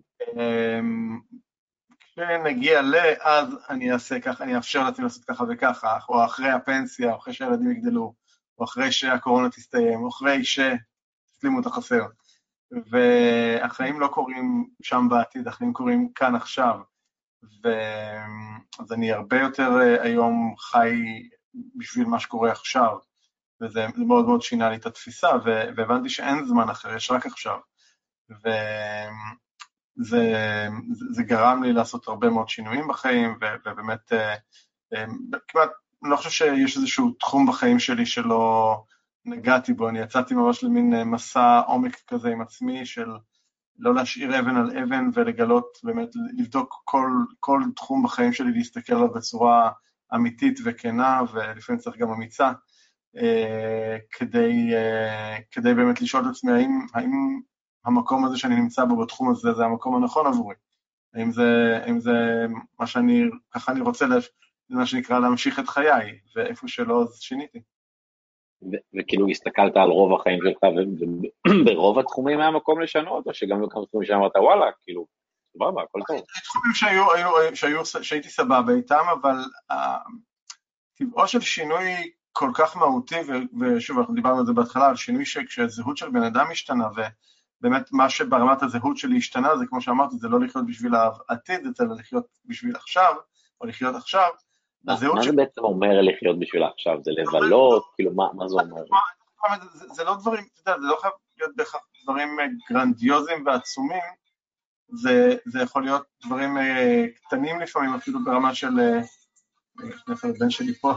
כשנגיע אז אני אעשה ככה, אני אאפשר לעצמי לעשות ככה וככה, או אחרי הפנסיה, או אחרי שהילדים יגדלו, או אחרי שהקורונה תסתיים, או אחרי שתסלימו את החסר. והחיים לא קורים שם בעתיד, החיים קורים כאן עכשיו. אז אני הרבה יותר היום חי בשביל מה שקורה עכשיו, וזה מאוד מאוד שינה לי את התפיסה, והבנתי שאין זמן אחר, יש רק עכשיו. וזה גרם לי לעשות הרבה מאוד שינויים בחיים, ובאמת, כמעט, אני לא חושב שיש איזשהו תחום בחיים שלי שלא נגעתי בו, אני יצאתי ממש למין מסע עומק כזה עם עצמי, של לא להשאיר אבן על אבן, ולגלות, באמת, לבדוק כל תחום בחיים שלי, להסתכל עליו בצורה אמיתית וכנה, ולפעמים צריך גם אמיצה, כדי באמת לשאול את עצמי, האם המקום הזה שאני נמצא בו בתחום הזה, זה המקום הנכון עבורי? האם זה מה ככה אני רוצה, מה שנקרא, להמשיך את חיי, ואיפה שלא, אז שיניתי. וכאילו הסתכלת על רוב החיים שלך, וברוב התחומים היה מקום לשנות, או שגם בכמה תחומים שאמרת, וואלה, כאילו, סבבה, הכל טוב. תחומים שהייתי סבבה איתם, אבל טבעו של שינוי כל כך מהותי, ושוב, אנחנו דיברנו על זה בהתחלה, על שינוי כשהזהות של בן אדם השתנה, ובאמת מה שברמת הזהות שלי השתנה, זה כמו שאמרתי, זה לא לחיות בשביל העתיד, אלא לחיות בשביל עכשיו, או לחיות עכשיו. מה זה בעצם אומר לחיות בשביל עכשיו? זה לבלות? כאילו, מה זה אומר? זה לא דברים, אתה יודע, זה לא חייב להיות בהכרח דברים גרנדיוזיים ועצומים, זה יכול להיות דברים קטנים לפעמים, אפילו ברמה של, בן שלי פה.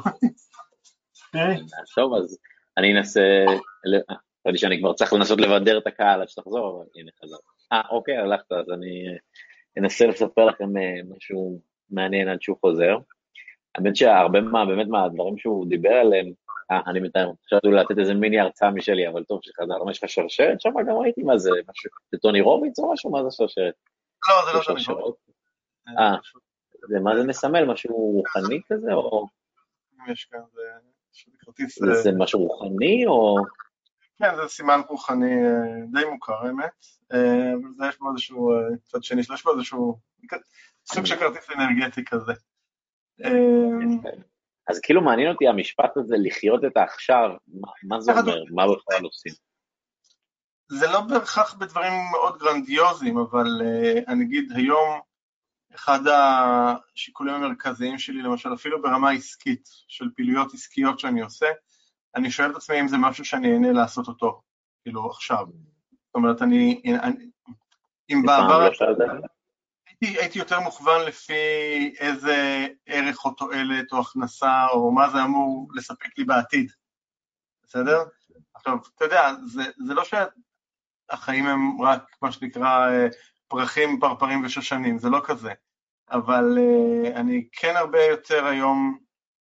טוב, אז אני אנסה, חשבתי שאני כבר צריך לנסות לבדר את הקהל עד שתחזור, אבל הנה חזר. אוקיי, הלכת, אז אני אנסה לספר לכם משהו מעניין עד שהוא חוזר. האמת שהרבה באמת מהדברים שהוא דיבר עליהם, אני מתאר, חשבתי לתת איזה מיני הרצאה משלי, אבל טוב שחזר, למה יש לך שרשרת? שם גם ראיתי מה זה, משהו, זה טוני רוביץ או משהו? מה זה שרשרת? לא, זה לא טוני רוביץ. מה זה מסמל? משהו רוחני כזה, או? יש כאן, זה כרטיס... זה משהו רוחני, או? כן, זה סימן רוחני די מוכר, האמת. אבל יש בו איזשהו, צד שני, יש בו איזשהו סוג של כרטיס אנרגטי כזה. אז כאילו מעניין אותי המשפט הזה, לחיות את העכשיו, מה זה אומר? מה בכלל עושים? זה לא בהכרח בדברים מאוד גרנדיוזיים, אבל אני אגיד היום, אחד השיקולים המרכזיים שלי, למשל אפילו ברמה עסקית, של פעילויות עסקיות שאני עושה, אני שואל את עצמי אם זה משהו שאני אהנה לעשות אותו, כאילו עכשיו. זאת אומרת, אם בעבר... הייתי יותר מוכוון לפי איזה ערך או תועלת או הכנסה או מה זה אמור לספק לי בעתיד, בסדר? עכשיו, אתה יודע, זה לא שהחיים הם רק מה שנקרא פרחים, פרפרים ושושנים, זה לא כזה, אבל אני כן הרבה יותר היום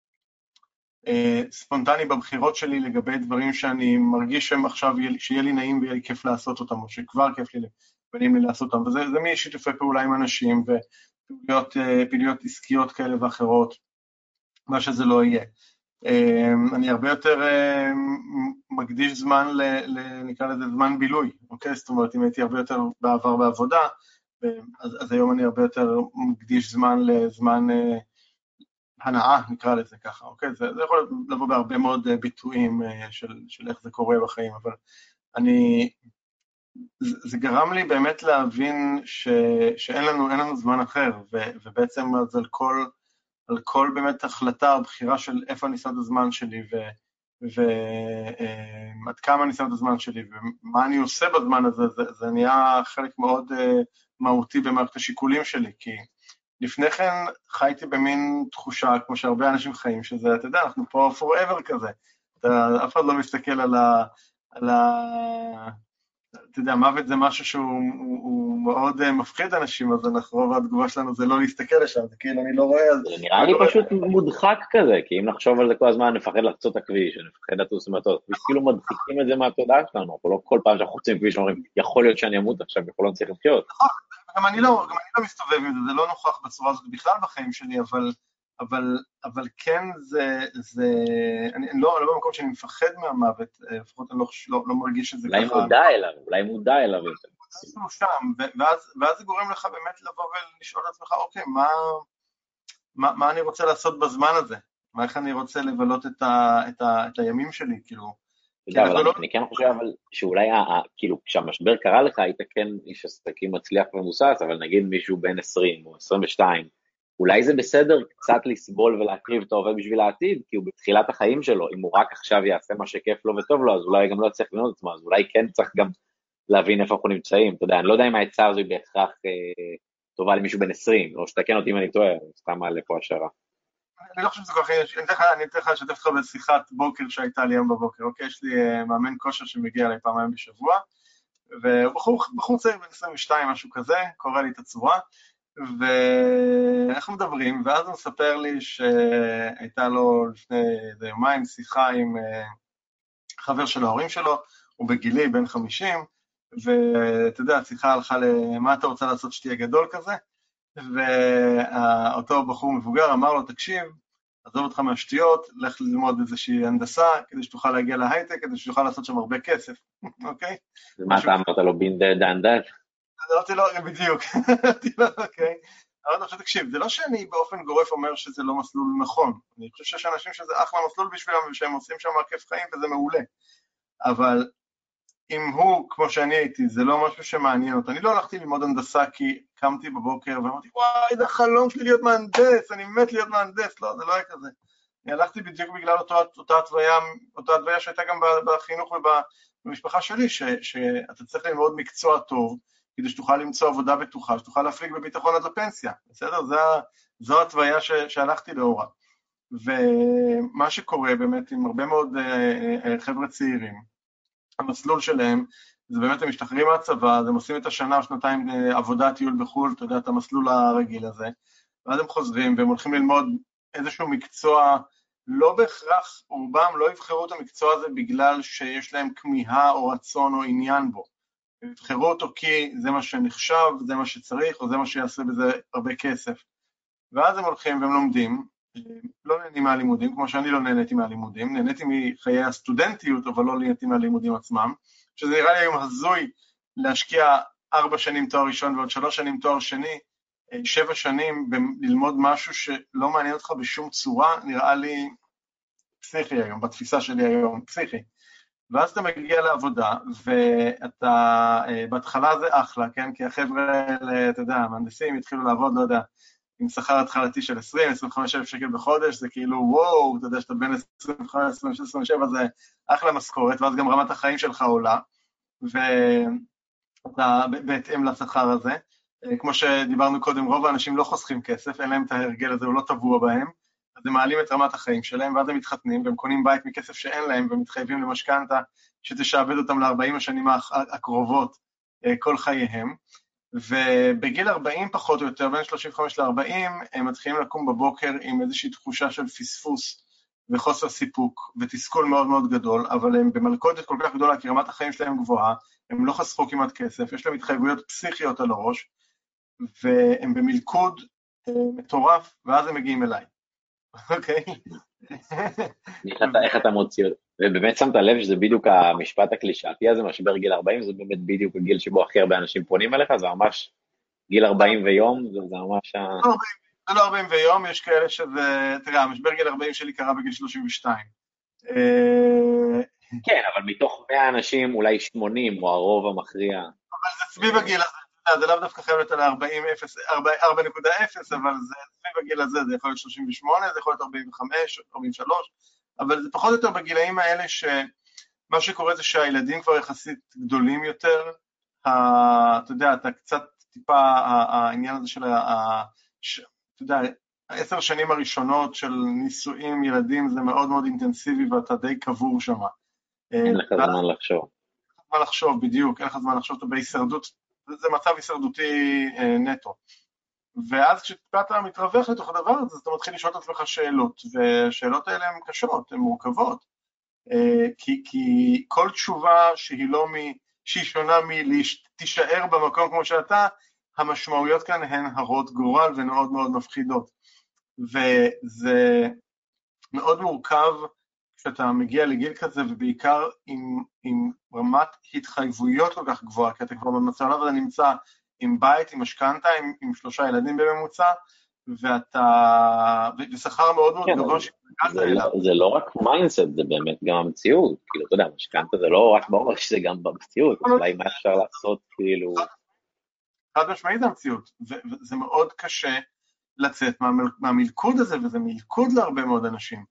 ספונטני בבחירות שלי לגבי דברים שאני מרגיש שהם עכשיו, שיהיה לי נעים ויהיה לי כיף לעשות אותם, או שכבר כיף לי ונעים לי לעשות אותם, וזה משיתופי פעולה עם אנשים, ופעילויות עסקיות כאלה ואחרות, מה שזה לא יהיה. אני הרבה יותר מקדיש זמן, נקרא לזה זמן בילוי, אוקיי? זאת אומרת, אם הייתי הרבה יותר בעבר בעבודה, אז היום אני הרבה יותר מקדיש זמן לזמן הנאה, נקרא לזה ככה, אוקיי? זה יכול לבוא בהרבה מאוד ביטויים של איך זה קורה בחיים, אבל זה גרם לי באמת להבין שאין לנו זמן אחר, ובעצם אז על כל באמת החלטה או בחירה של איפה אני שם את הזמן שלי, ועד כמה אני שם את הזמן שלי, ומה אני עושה בזמן הזה, זה נהיה חלק מאוד מהותי במערכת השיקולים שלי, כי לפני כן חייתי במין תחושה, כמו שהרבה אנשים חיים, שזה, אתה יודע, אנחנו פה forever כזה. אף אחד לא מסתכל על אתה יודע, מוות זה משהו שהוא מאוד מפחיד אנשים, אז רוב התגובה שלנו זה לא להסתכל לשם, זה כאילו אני לא רואה, אז זה נראה מה לי קורה? פשוט מודחק כזה, כי אם נחשוב על זה כל הזמן, נפחד לחצות את הכביש, נפחד לטוס מהטוס, כאילו מדחיקים את זה מהתודעה שלנו, אנחנו לא כל פעם שאנחנו חוצים כביש אומרים, יכול להיות שאני אמות עכשיו, יכול להיות צריך לחיות. גם אני לא מסתובב עם זה, זה לא נוכח בצורה הזאת בכלל בחיים שלי, אבל כן אני לא במקום שאני מפחד מהמוות, לפחות אני לא מרגיש שזה אולי ככה. מודע אליו, אולי מודע אליו יותר. אנחנו שם, ואז זה גורם לך באמת לבוא ולשאול את עצמך, אוקיי, מה אני רוצה לעשות בזמן הזה? איך אני רוצה לבלות את הימים שלי, כאילו? אתה כי יודע, אנחנו אבל לא... אני כן חושב שאולי, כאילו, כשהמשבר קרה לך, היית כן איש עסקים מצליח ומבוסס, אבל נגיד מישהו בן 20 או 22, אולי זה בסדר קצת לסבול ולהקריב את העובד בשביל העתיד, כי הוא בתחילת החיים שלו, אם הוא רק עכשיו יעשה מה שכיף לו וטוב לו, אז אולי גם לא יצליח לבנות את עצמו, אז אולי כן צריך גם להבין איפה אנחנו נמצאים, אתה יודע, אני לא יודע אם העצה הזו היא בהכרח טובה למישהו בן 20, או שתקן אותי אם אני טועה, סתם מעלה פה השערה. אני לא חושב שזה כל כך, אני אתן לך לשתף אותך בשיחת בוקר שהייתה לי היום בבוקר, אוקיי? יש לי מאמן כושר שמגיע אליי פעמיים בשבוע, ובחור צעיר בן 22, משהו כזה, קורא לי את הצורה, ואנחנו מדברים, ואז הוא מספר לי שהייתה לו לפני איזה יומיים שיחה עם חבר של ההורים שלו, הוא בגילי, בן 50, ואתה יודע, השיחה הלכה למה אתה רוצה לעשות שתהיה גדול כזה, ואותו בחור מבוגר אמר לו, תקשיב, עזוב אותך מהשטויות, לך ללמוד איזושהי הנדסה, כדי שתוכל להגיע להייטק, כדי שתוכל לעשות שם הרבה כסף, אוקיי? מה אתה אמרת לו, בין דן דן? אמרתי לו, בדיוק, אמרתי לו, אוקיי. אמרתי לו, עכשיו תקשיב, זה לא שאני באופן גורף אומר שזה לא מסלול נכון, אני חושב שיש אנשים שזה אחלה מסלול בשבילם, ושהם עושים שם כיף חיים וזה מעולה, אבל אם הוא, כמו שאני הייתי, זה לא משהו שמעניין אותו. אני לא הלכתי ללמוד הנדסה כי קמתי בבוקר ואמרתי, וואי, זה החלום שלי להיות מהנדס, אני מת להיות מהנדס. לא, זה לא היה כזה. אני הלכתי בדיוק בגלל אותה התוויה שהייתה גם בחינוך ובמשפחה שלי, שאתה צריך ללמוד מקצוע טוב, כדי שתוכל למצוא עבודה בטוחה, שתוכל להפליג בביטחון עד לפנסיה. בסדר? זו התוויה שהלכתי לאורה. ומה שקורה באמת עם הרבה מאוד חבר'ה צעירים, המסלול שלהם, זה באמת הם משתחררים מהצבא, אז הם עושים את השנה או שנתיים עבודת טיול בחו"ל, אתה יודע, את המסלול הרגיל הזה, ואז הם חוזרים והם הולכים ללמוד איזשהו מקצוע, לא בהכרח, רובם לא יבחרו את המקצוע הזה בגלל שיש להם כמיהה או רצון או עניין בו, הם יבחרו אותו כי זה מה שנחשב, זה מה שצריך, או זה מה שיעשה בזה הרבה כסף, ואז הם הולכים והם לומדים, לא נהנים מהלימודים, כמו שאני לא נהניתי מהלימודים, נהניתי מחיי הסטודנטיות, אבל לא נהניתי מהלימודים עצמם, שזה נראה לי היום הזוי להשקיע 4 שנים תואר ראשון ועוד 3 שנים תואר שני, 7 שנים ללמוד משהו שלא מעניין אותך בשום צורה, נראה לי פסיכי היום, בתפיסה שלי היום, פסיכי. ואז אתה מגיע לעבודה, ואתה, בהתחלה זה אחלה, כן? כי החבר'ה, אתה יודע, המהנדסים התחילו לעבוד, לא יודע, עם שכר התחלתי של 20-25 אלף שקל בחודש, זה כאילו וואו, אתה יודע שאתה בין 25, 26, 27, זה אחלה משכורת, ואז גם רמת החיים שלך עולה, ואתה בהתאם לשכר הזה, כמו שדיברנו קודם, רוב האנשים לא חוסכים כסף, אין להם את ההרגל הזה, הוא לא טבוע בהם, אז הם מעלים את רמת החיים שלהם, ואז הם מתחתנים, והם קונים בית מכסף שאין להם, ומתחייבים למשכנתה שתשעבד אותם ל-40 השנים הקרובות כל חייהם, ובגיל 40 פחות או יותר, בין 35 ל-40, הם מתחילים לקום בבוקר עם איזושהי תחושה של פספוס וחוסר סיפוק ותסכול מאוד מאוד גדול, אבל הם במלכודת כל כך גדולה, כי רמת החיים שלהם גבוהה, הם לא חסכו כמעט כסף, יש להם התחייבויות פסיכיות על הראש, והם במלכוד מטורף, ואז הם מגיעים אליי. אוקיי? איך אתה מוציא אותו? ובאמת שמת לב שזה בדיוק המשפט הקלישאתי הזה, משבר גיל 40, זה באמת בדיוק הגיל שבו הכי הרבה אנשים פונים אליך, זה ממש גיל 40 ויום, זה ממש... זה לא 40 ויום, יש כאלה שזה, תראה, המשבר גיל 40 שלי קרה בגיל 32. כן, אבל מתוך 100 אנשים, אולי 80, או הרוב המכריע. אבל זה סביב הגיל הזה, זה לאו דווקא חייב להיות על 4.0, אבל זה סביב הגיל הזה, זה יכול להיות 38, זה יכול להיות 45, 43, אבל זה פחות או יותר בגילאים האלה שמה שקורה זה שהילדים כבר יחסית גדולים יותר, אתה יודע, אתה קצת טיפה, העניין הזה של אתה יודע, 10 שנים הראשונות של נישואים, ילדים, זה מאוד מאוד אינטנסיבי ואתה די קבור שם. אין לך זמן לחשוב. מה לחשוב, בדיוק, אין לך זמן לחשוב, אתה בהישרדות, זה מצב הישרדותי נטו. ואז כשאתה מתרווח לתוך הדבר הזה, אתה מתחיל לשאול את עצמך שאלות, והשאלות האלה הן קשות, הן מורכבות, כי כל תשובה שהיא שונה תישאר במקום כמו שאתה, המשמעויות כאן הן הרות גורל ומאוד מאוד מפחידות. וזה מאוד מורכב כשאתה מגיע לגיל כזה, ובעיקר עם רמת התחייבויות כל כך גבוהה, כי אתה כבר במצב הזה נמצא עם בית, עם משכנתה, עם 3 ילדים בממוצע, ושכר מאוד מאוד גבוה שקראת אליו. זה לא רק מיינדסט, זה באמת גם המציאות, כאילו, אתה יודע, משכנתה זה לא רק בראש, זה גם במציאות, אולי מה אפשר לעשות, כאילו... חד משמעית המציאות, וזה מאוד קשה לצאת מהמלכוד הזה, וזה מלכוד להרבה מאוד אנשים.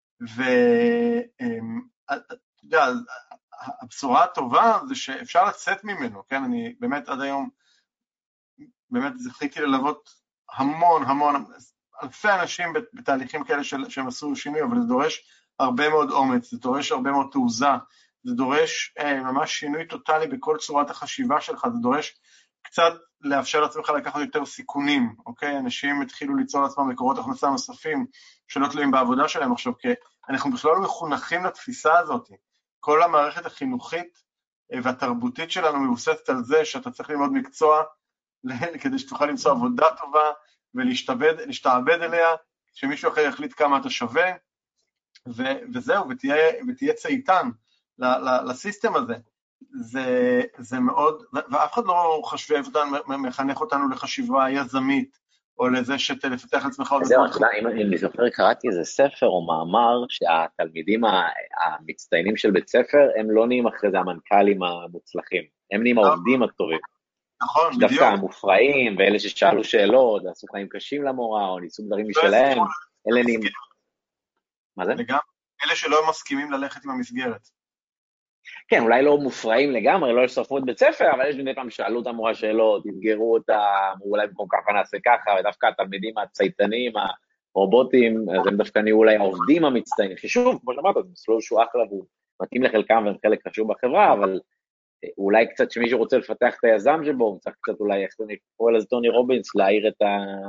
ואתה יודע, הבשורה הטובה זה שאפשר לצאת ממנו, כן? אני באמת עד היום, באמת זכיתי ללוות המון, אלפי אנשים בתהליכים כאלה שהם עשו שינוי, אבל זה דורש הרבה מאוד אומץ, זה דורש הרבה מאוד תעוזה, זה דורש ממש שינוי טוטלי בכל צורת החשיבה שלך, זה דורש קצת לאפשר לעצמך לקחת יותר סיכונים, אוקיי? אנשים התחילו ליצור לעצמם מקורות הכנסה נוספים שלא תלויים בעבודה שלהם עכשיו, כי אנחנו בכלל לא מחונכים לתפיסה הזאת. כל המערכת החינוכית והתרבותית שלנו מבוססת על זה שאתה צריך ללמוד מקצוע כדי שתוכל למצוא עבודה טובה ולהשתעבד אליה, שמישהו אחר יחליט כמה אתה שווה, וזהו, ותהיה צייתן לסיסטם הזה. זה מאוד, ואף אחד לא מחנך אותנו לחשיבה יזמית, או לזה שתפתח לעצמך עוד... זהו, אם אני זוכר, קראתי איזה ספר או מאמר, שהתלמידים המצטיינים של בית ספר, הם לא נהיים אחרי זה המנכ"לים המוצלחים, הם נהיים העובדים הטובים. נכון, בדיוק. דווקא המופרעים, ואלה ששאלו שאלות, עשו חיים קשים למורה, או ניסו דברים משלהם, אלה נהיים... מה זה? אלה שלא מסכימים ללכת עם המסגרת. כן, אולי לא מופרעים לגמרי, לא שרפו את בית ספר, אבל יש מדי פעם שאלו את המורה שאלות, תסגרו אותה, אולי במקום ככה נעשה ככה, ודווקא התלמידים הצייתנים, הרובוטים, אז הם דווקא נהיו אולי העובדים המצטיינים, ששוב, כמו שאמרת, זה מסלול שהוא אחלה, והוא מתאים לחלקם והם חלק חשוב בחברה, אבל אולי קצת שמישהו רוצה לפתח את היזם שבו, הוא צריך קצת אולי, איך זה נקרא לזה טוני רובינס, להעיר את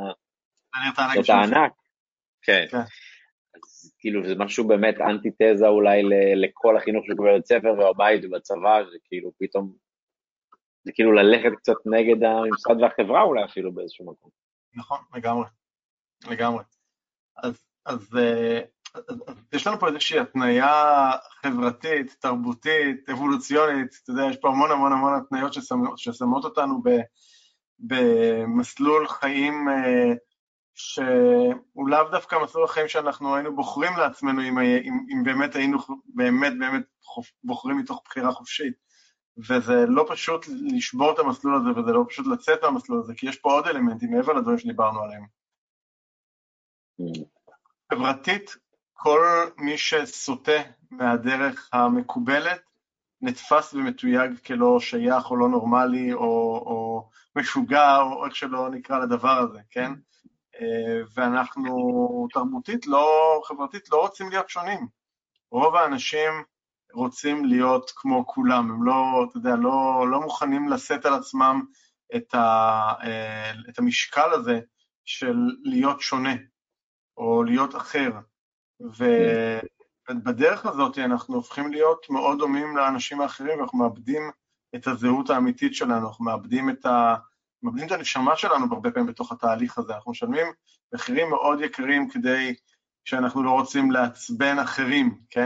הענק. כן. אז כאילו זה משהו באמת אנטיתזה אולי לכל החינוך שקורה בבית ספר והבית ובצבא, זה כאילו פתאום, זה כאילו ללכת קצת נגד הממסד והחברה אולי אפילו באיזשהו מקום. נכון, לגמרי. אז יש לנו פה איזושהי התניה חברתית, תרבותית, אבולוציונית, אתה יודע, יש פה המון התניות ששמות אותנו במסלול חיים שהוא לאו דווקא מסלול החיים שאנחנו היינו בוחרים לעצמנו, אם באמת היינו באמת בוחרים מתוך בחירה חופשית, וזה לא פשוט לשבור את המסלול הזה, וזה לא פשוט לצאת מהמסלול הזה, כי יש פה עוד אלמנטים מעבר לדברים שדיברנו עליהם. חברתית, כל מי שסוטה מהדרך המקובלת, נתפס ומתויג כלא שייך או לא נורמלי, או משוגע, או איך שלא נקרא לדבר הזה, כן? ואנחנו תרבותית, חברתית, לא רוצים להיות שונים. רוב האנשים רוצים להיות כמו כולם, הם לא, אתה יודע, לא מוכנים לשאת על עצמם את המשקל הזה של להיות שונה, או להיות אחר. ובדרך הזאת אנחנו הופכים להיות מאוד דומים לאנשים האחרים, ואנחנו מאבדים את הזהות האמיתית שלנו, אנחנו מאבדים את הנשמה שלנו הרבה פעמים בתוך התהליך הזה, אנחנו משלמים מחירים מאוד יקרים כדי שאנחנו לא רוצים לעצבן אחרים, כן?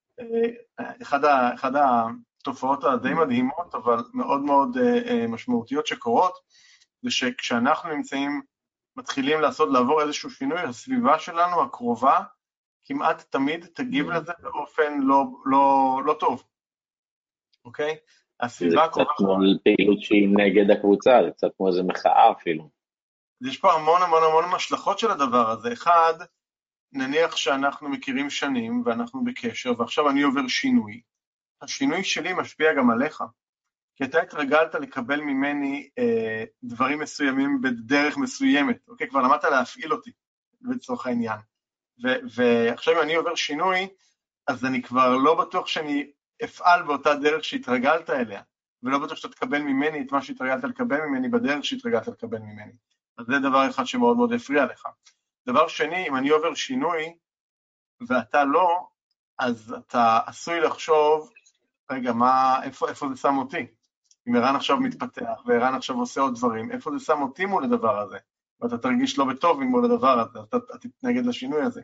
אחד התופעות הדי מדהימות, אבל מאוד מאוד משמעותיות שקורות, זה שכשאנחנו מתחילים לעבור איזשהו שינוי, הסביבה שלנו הקרובה, כמעט תמיד תגיב לזה באופן לא טוב, אוקיי? זה קצת כמו פעילות שהיא נגד הקבוצה, זה קצת כמו איזו מחאה אפילו. יש פה המון משלכות של הדבר הזה. אחד, נניח שאנחנו מכירים שנים ואנחנו בקשר, ועכשיו אני עובר שינוי. השינוי שלי משפיע גם עליך. כי אתה התרגלת לקבל ממני דברים מסוימים בדרך מסוימת, אוקיי? כבר למדת להפעיל אותי לצורך העניין. ועכשיו אם אני עובר שינוי, אז אני כבר לא בטוח שאני אפעל באותה דרך שהתרגלת אליה, ולא בטוח שאתה תקבל ממני את מה שהתרגלת לקבל ממני בדרך שהתרגלת לקבל ממני. אז זה דבר אחד שמאוד מאוד הפריע לך. דבר שני, אם אני עובר שינוי, ואתה לא, אז אתה עשוי לחשוב, רגע, איפה זה שם אותי? אם ערן עכשיו מתפתח, וערן עכשיו עושה עוד דברים, איפה זה שם אותי מול הדבר הזה? ואתה תרגיש לא בטוב מול הדבר הזה, אתה תתנגד לשינוי הזה.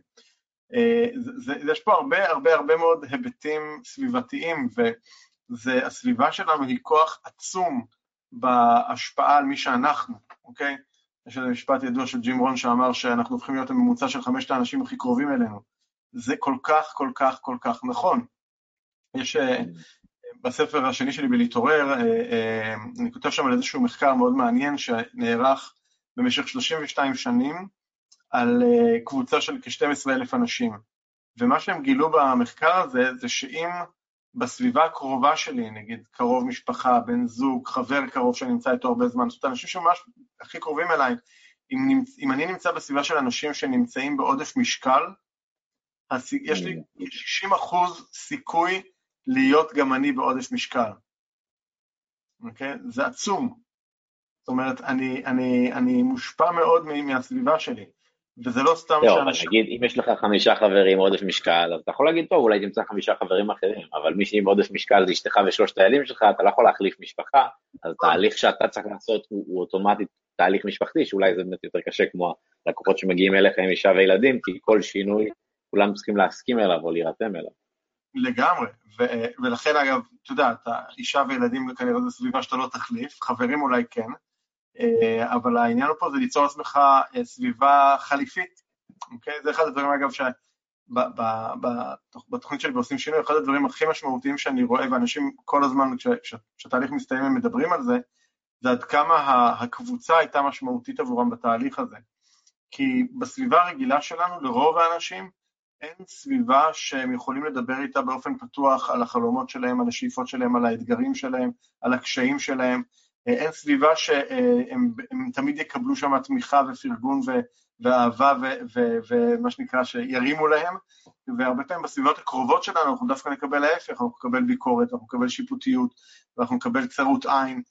יש פה הרבה מאוד היבטים סביבתיים, והסביבה שלנו היא כוח עצום בהשפעה על מי שאנחנו, אוקיי? יש איזה משפט ידוע של ג'ים רון שאמר שאנחנו הופכים להיות הממוצע של 5 האנשים הכי קרובים אלינו. זה כל כך נכון. יש בספר השני שלי בלהתעורר, אני כותב שם על איזשהו מחקר מאוד מעניין שנערך במשך 32 שנים על קבוצה של כ-12,000 אנשים. ומה שהם גילו במחקר הזה זה שאם בסביבה הקרובה שלי, נגיד קרוב משפחה, בן זוג, חבר קרוב שנמצא איתו הרבה זמן, זאת אומרת, אנשים שממש הכי קרובים אליי, אם אני נמצא בסביבה של אנשים שנמצאים בעודף משקל, אז יש לי 60% סיכוי להיות גם אני בעודף משקל. אוקיי? זה עצום. זאת אומרת, אני מושפע מאוד מהסביבה שלי, וזה לא סתם שאנשים... נגיד, אם יש לך 5 חברים עודף משקל, אז אתה יכול להגיד, טוב, אולי תמצא 5 חברים אחרים, אבל מי שעם עודף משקל זה אשתך ו3 הילדים שלך, אתה לא יכול להחליף משפחה, אז תהליך שאתה צריך לעשות הוא אוטומטית תהליך משפחתי, שאולי זה באמת יותר קשה כמו הלקוחות שמגיעים אליך עם אישה וילדים, כי כל שינוי כולם צריכים להסכים אליו או להירתם אליו. לגמרי, ולכן אגב, אתה יודע, אישה וילדים כנראה זה סביבה שאתה לא תחליף, חברים אולי כן, אבל העניין פה זה ליצור עצמך סביבה חליפית, אוקיי? זה אחד הדברים אגב שבתוכנית שלי ועושים שינוי, אחד הדברים הכי משמעותיים שאני רואה, ואנשים כל הזמן כשהתהליך מסתיים הם מדברים על זה, זה עד כמה הקבוצה הייתה משמעותית עבורם בתהליך הזה, כי בסביבה הרגילה שלנו לרוב האנשים אין סביבה שהם יכולים לדבר איתה באופן פתוח על החלומות שלהם, על השאיפות שלהם, על האתגרים שלהם, על הקשיים שלהם, אין סביבה שהם תמיד יקבלו שם תמיכה ופרגון ואהבה ומה שנקרא שירימו להם, והרבה פעמים בסביבות הקרובות שלנו אנחנו דווקא נקבל ההפך, אנחנו נקבל ביקורת, אנחנו נקבל שיפוטיות, ואנחנו נקבל צרות עין,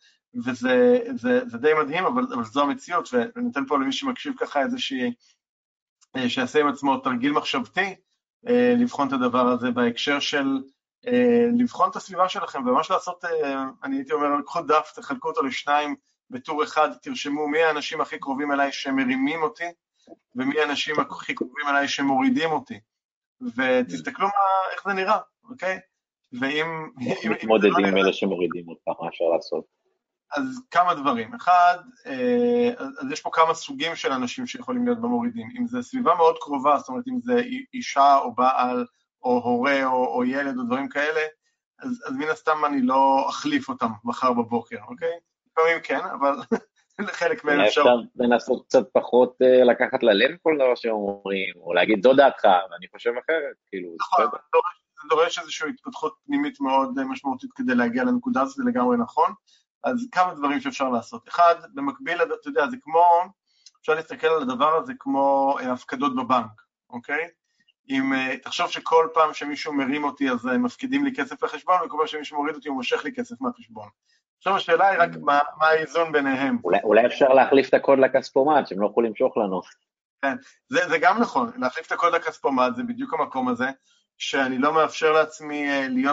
וזה די מדהים, אבל זו המציאות, וניתן פה למי שמקשיב ככה איזושהי, שיעשה עם עצמו תרגיל מחשבתי, לבחון את הדבר הזה בהקשר של לבחון את הסביבה שלכם, וממש לעשות, אני הייתי אומר, לקחו דף, תחלקו אותו לשניים בטור אחד, תרשמו מי האנשים הכי קרובים אליי שמרימים אותי, ומי האנשים הכי קרובים אליי שמורידים אותי, ותסתכלו איך זה נראה, אוקיי? ואם... מתמודדים עם אלה שמורידים אותך, מה אפשר לעשות? אז כמה דברים. אחד, אז יש פה כמה סוגים של אנשים שיכולים להיות במורידים. אם זה סביבה מאוד קרובה, זאת אומרת, אם זה אישה או בעל, או הורה או ילד או דברים כאלה, אז מן הסתם אני לא אחליף אותם מחר בבוקר, אוקיי? לפעמים כן, אבל לחלק מהם אפשר... אפשר לנסות קצת פחות לקחת ללב כל דבר שאומרים, או להגיד זו דעתך, ואני חושב אחרת, כאילו, נכון, זה דורש איזושהי התפתחות פנימית מאוד משמעותית כדי להגיע לנקודה הזאת, זה לגמרי נכון. אז כמה דברים שאפשר לעשות. אחד, במקביל, אתה יודע, זה כמו, אפשר להסתכל על הדבר הזה כמו הפקדות בבנק, אוקיי? אם תחשוב שכל פעם שמישהו מרים אותי, אז מפקידים לי כסף לחשבון, וכל פעם שמישהו מוריד אותי, הוא מושך לי כסף מהחשבון. עכשיו השאלה היא רק מה האיזון ביניהם. אולי אפשר להחליף את הקוד לכספומט, שהם לא יכולים למשוך לנו. כן, זה גם נכון, להחליף את הקוד לכספומט, זה בדיוק המקום הזה, שאני לא מאפשר לעצמי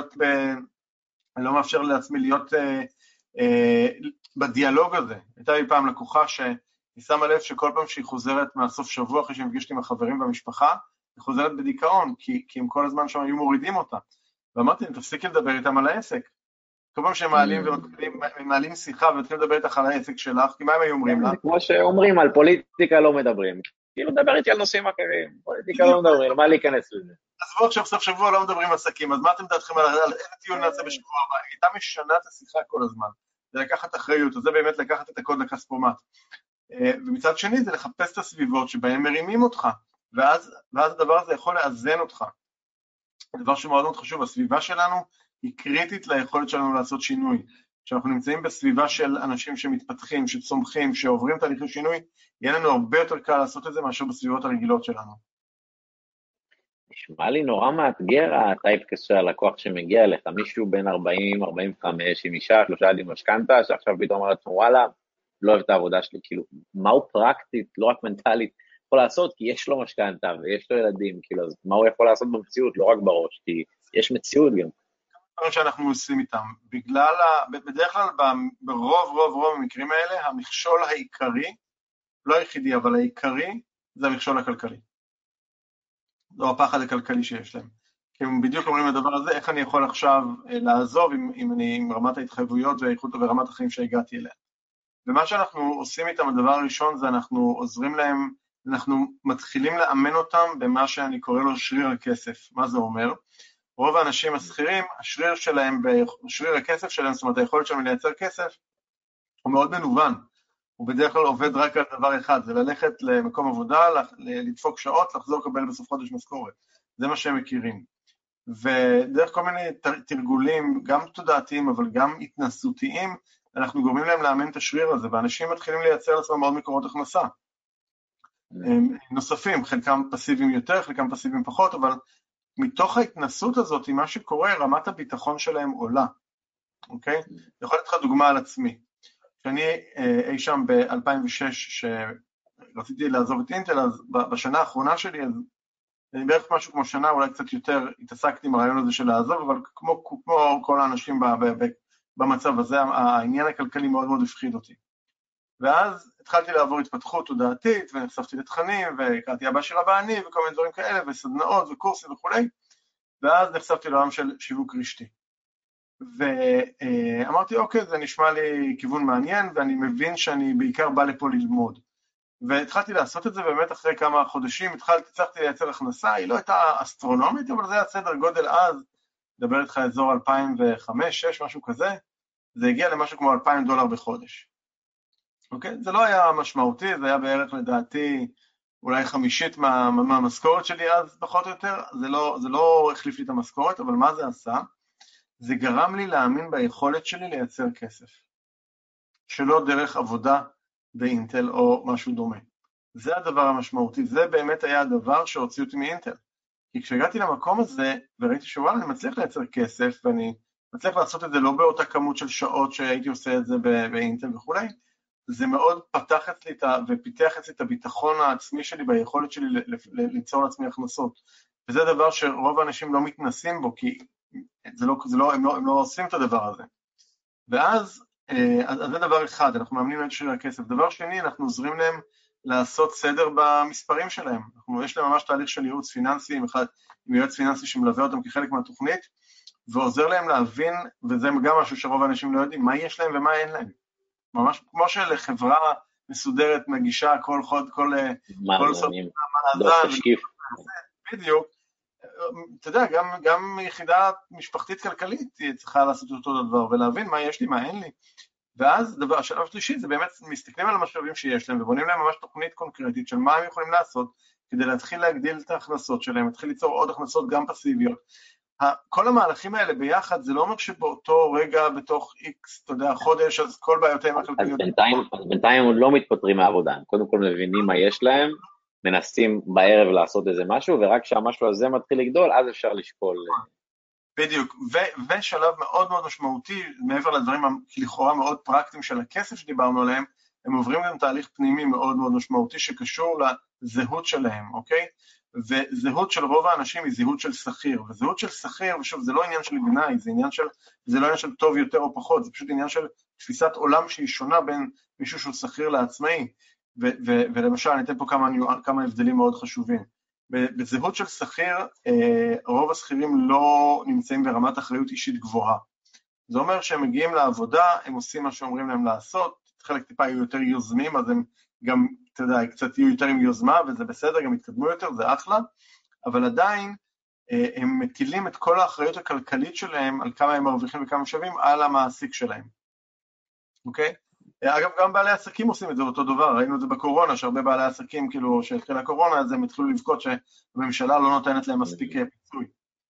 להיות בדיאלוג הזה. הייתה לי פעם לקוחה שהיא שמה לב שכל פעם שהיא חוזרת מהסוף שבוע אחרי שהיא מפגשת עם החברים והמשפחה, היא חוזרת בדיכאון, כי הם כל הזמן שם היו מורידים אותה. ואמרתי, תפסיקי לדבר איתם על העסק. כל פעם שהם מעלים שיחה ומתחילים לדבר איתך על העסק שלך, כי מה הם היו אומרים לה? כמו שאומרים, על פוליטיקה לא מדברים. כאילו מדבר איתי על נושאים אחרים. פוליטיקה לא מדברים, מה להיכנס לזה? אז בואו עכשיו סוף שבוע לא מדברים עסקים, אז מה אתם דעתכם על איזה טיול נעשה בשבוע הבא? היא הייתה משנה את השיחה כל הזמן. זה לקחת אחריות, אז זה באמת לקחת את הקוד לכספומט. ומצד שני זה לחפש את הסביבות שבהם מרימים אותך, ואז הדבר הזה יכול לאזן אותך. הדבר שמאוד מאוד חשוב, הסביבה שלנו היא קריטית ליכולת שלנו לעשות שינוי. כשאנחנו נמצאים בסביבה של אנשים שמתפתחים, שצומחים, שעוברים תהליכי שינוי, יהיה לנו הרבה יותר קל לעשות את זה מאשר בסביבות הרגילות שלנו. נשמע לי נורא מאתגר הטייפקסט של הלקוח שמגיע אליך, מישהו בין 40, 45, עם אישה, 3 ילדים משכנתה, שעכשיו פתאום אומר לעצמו, וואלה, לא אוהב את העבודה שלי, כאילו, מה הוא פרקטית, לא רק מנטלית, יכול לעשות, כי יש לו משכנתה ויש לו ילדים, כאילו, אז מה הוא יכול לעשות במציאות, לא רק בראש, כי יש מציאות גם. שאנחנו עושים איתם, בדרך כלל ברוב המקרים האלה, המכשול העיקרי, לא היחידי, אבל העיקרי, זה המכשול הכלכלי. או הפחד הכלכלי שיש להם. כי הם בדיוק אומרים לדבר הזה, איך אני יכול עכשיו לעזוב אם אני עם רמת ההתחייבויות והאיכות ורמת החיים שהגעתי אליה. ומה שאנחנו עושים איתם, הדבר הראשון זה אנחנו עוזרים להם, אנחנו מתחילים לאמן אותם במה שאני קורא לו שריר הכסף. מה זה אומר? רוב האנשים השכירים, השריר שלהם, שריר הכסף שלהם, זאת אומרת היכולת שלהם לייצר כסף, הוא מאוד מנוון. הוא בדרך כלל עובד רק על דבר אחד, זה ללכת למקום עבודה, לדפוק שעות, לחזור לקבל בסוף חודש משכורת. זה מה שהם מכירים. ודרך כל מיני תרגולים, גם תודעתיים, אבל גם התנסותיים, אנחנו גורמים להם לאמן את השריר הזה, ואנשים מתחילים לייצר לעצמם מאוד מקורות הכנסה. נוספים, חלקם פסיביים יותר, חלקם פסיביים פחות, אבל מתוך ההתנסות הזאת, מה שקורה, רמת הביטחון שלהם עולה. אוקיי? אני יכול לתת לך דוגמה על עצמי. כשאני אי שם ב-2006, שרציתי לעזוב את אינטל, אז בשנה האחרונה שלי, אז אני בערך משהו כמו שנה, אולי קצת יותר התעסקתי עם הרעיון הזה של לעזוב, אבל כמו כל האנשים במצב הזה, העניין הכלכלי מאוד מאוד הפחיד אותי. ואז התחלתי לעבור התפתחות תודעתית, ונחשפתי לתכנים, והכרתי אבא של רבני, וכל מיני דברים כאלה, וסדנאות וקורסים וכו'. ואז נחשפתי לעולם של שיווק רשתי. ואמרתי, אוקיי, זה נשמע לי כיוון מעניין, ואני מבין שאני בעיקר בא לפה ללמוד. והתחלתי לעשות את זה באמת אחרי כמה חודשים, הצלחתי לייצר הכנסה, היא לא הייתה אסטרונומית, אבל זה היה סדר גודל אז, דבר איתך אזור 2005-2006, משהו כזה, זה הגיע למשהו כמו $2,000 בחודש. אוקיי? זה לא היה משמעותי, זה היה בערך לדעתי אולי 1/5 מהמשכורת שלי אז, פחות או יותר, זה לא החליף לי את המשכורת, אבל מה זה עשה? זה גרם לי להאמין ביכולת שלי לייצר כסף, שלא דרך עבודה באינטל או משהו דומה. זה הדבר המשמעותי, זה באמת היה הדבר שהוציא אותי מאינטל. כי כשהגעתי למקום הזה וראיתי שוואלה, אני מצליח לייצר כסף, ואני מצליח לעשות את זה לא באותה כמות של שעות שהייתי עושה את זה באינטל וכו', זה מאוד פתח אצלי ופיתח אצלי את הביטחון העצמי שלי ביכולת שלי ליצור לעצמי הכנסות. וזה דבר שרוב האנשים לא מתנסים בו, כי הם לא עושים את הדבר הזה. ואז, זה דבר אחד, אנחנו מאמנים להם שריר הכסף. דבר שני, אנחנו עוזרים להם לעשות סדר במספרים שלהם. יש להם ממש תהליך של ייעוץ פיננסי, עם יועץ פיננסי שמלווה אותם כחלק מהתוכנית, ועוזר להם להבין, וזה גם משהו שרוב האנשים לא יודעים, מה יש להם ומה אין להם. ממש כמו שלחברה מסודרת מגישה כל סוף מאזן, בדיוק. אתה יודע, גם יחידה משפחתית כלכלית צריכה לעשות אותו דבר, ולהבין מה יש לי, מה אין לי. ואז השלב השלישי זה באמת מסתכלים על המשאבים שיש להם, ובונים להם ממש תוכנית קונקרטית של מה הם יכולים לעשות, כדי להתחיל להגדיל את ההכנסות שלהם, להתחיל ליצור עוד הכנסות גם פסיביות. כל המהלכים האלה ביחד, זה לא אומר שבאותו רגע, בתוך X, אתה יודע, חודש, אז כל בעיותיהם הכלכליות. אז בינתיים הם לא מתפטרים מהעבודה, הם קודם כל מבינים מה יש להם, מנסים בערב לעשות איזה משהו, ורק כשהמשהו הזה מתחיל לגדול, אז אפשר לשקול. בדיוק, ושלב מאוד מאוד משמעותי, מעבר לדברים לכאורה מאוד פרקטיים של הכסף שדיברנו עליהם, הם עוברים גם תהליך פנימי מאוד מאוד משמעותי, שקשור לזהות שלהם, אוקיי? וזהות של רוב האנשים היא זהות של שכיר, וזהות של שכיר, ושוב, זה לא עניין של גנאי, זה לא עניין של טוב יותר או פחות, זה פשוט עניין של תפיסת עולם שהיא שונה בין מישהו שהוא שכיר לעצמאי, ולמשל, אני אתן פה כמה הבדלים מאוד חשובים. בזהות של שכיר, רוב השכירים לא נמצאים ברמת אחריות אישית גבוהה. זה אומר שהם מגיעים לעבודה, הם עושים מה שאומרים להם לעשות, חלק טיפה יהיו יותר יוזמים, אז הם גם, אתה יודע, קצת יהיו יותר עם יוזמה, וזה בסדר, גם יתקדמו יותר, זה אחלה, אבל עדיין הם מטילים את כל האחריות הכלכלית שלהם, על כמה הם מרוויחים וכמה שווים, על המעסיק שלהם. אוקיי? אגב, גם בעלי עסקים עושים את זה אותו דבר, ראינו את זה בקורונה, שהרבה בעלי עסקים, כאילו, שהתחילה הקורונה, אז הם התחילו לבכות שהממשלה לא נותנת להם מספיק פיצוי.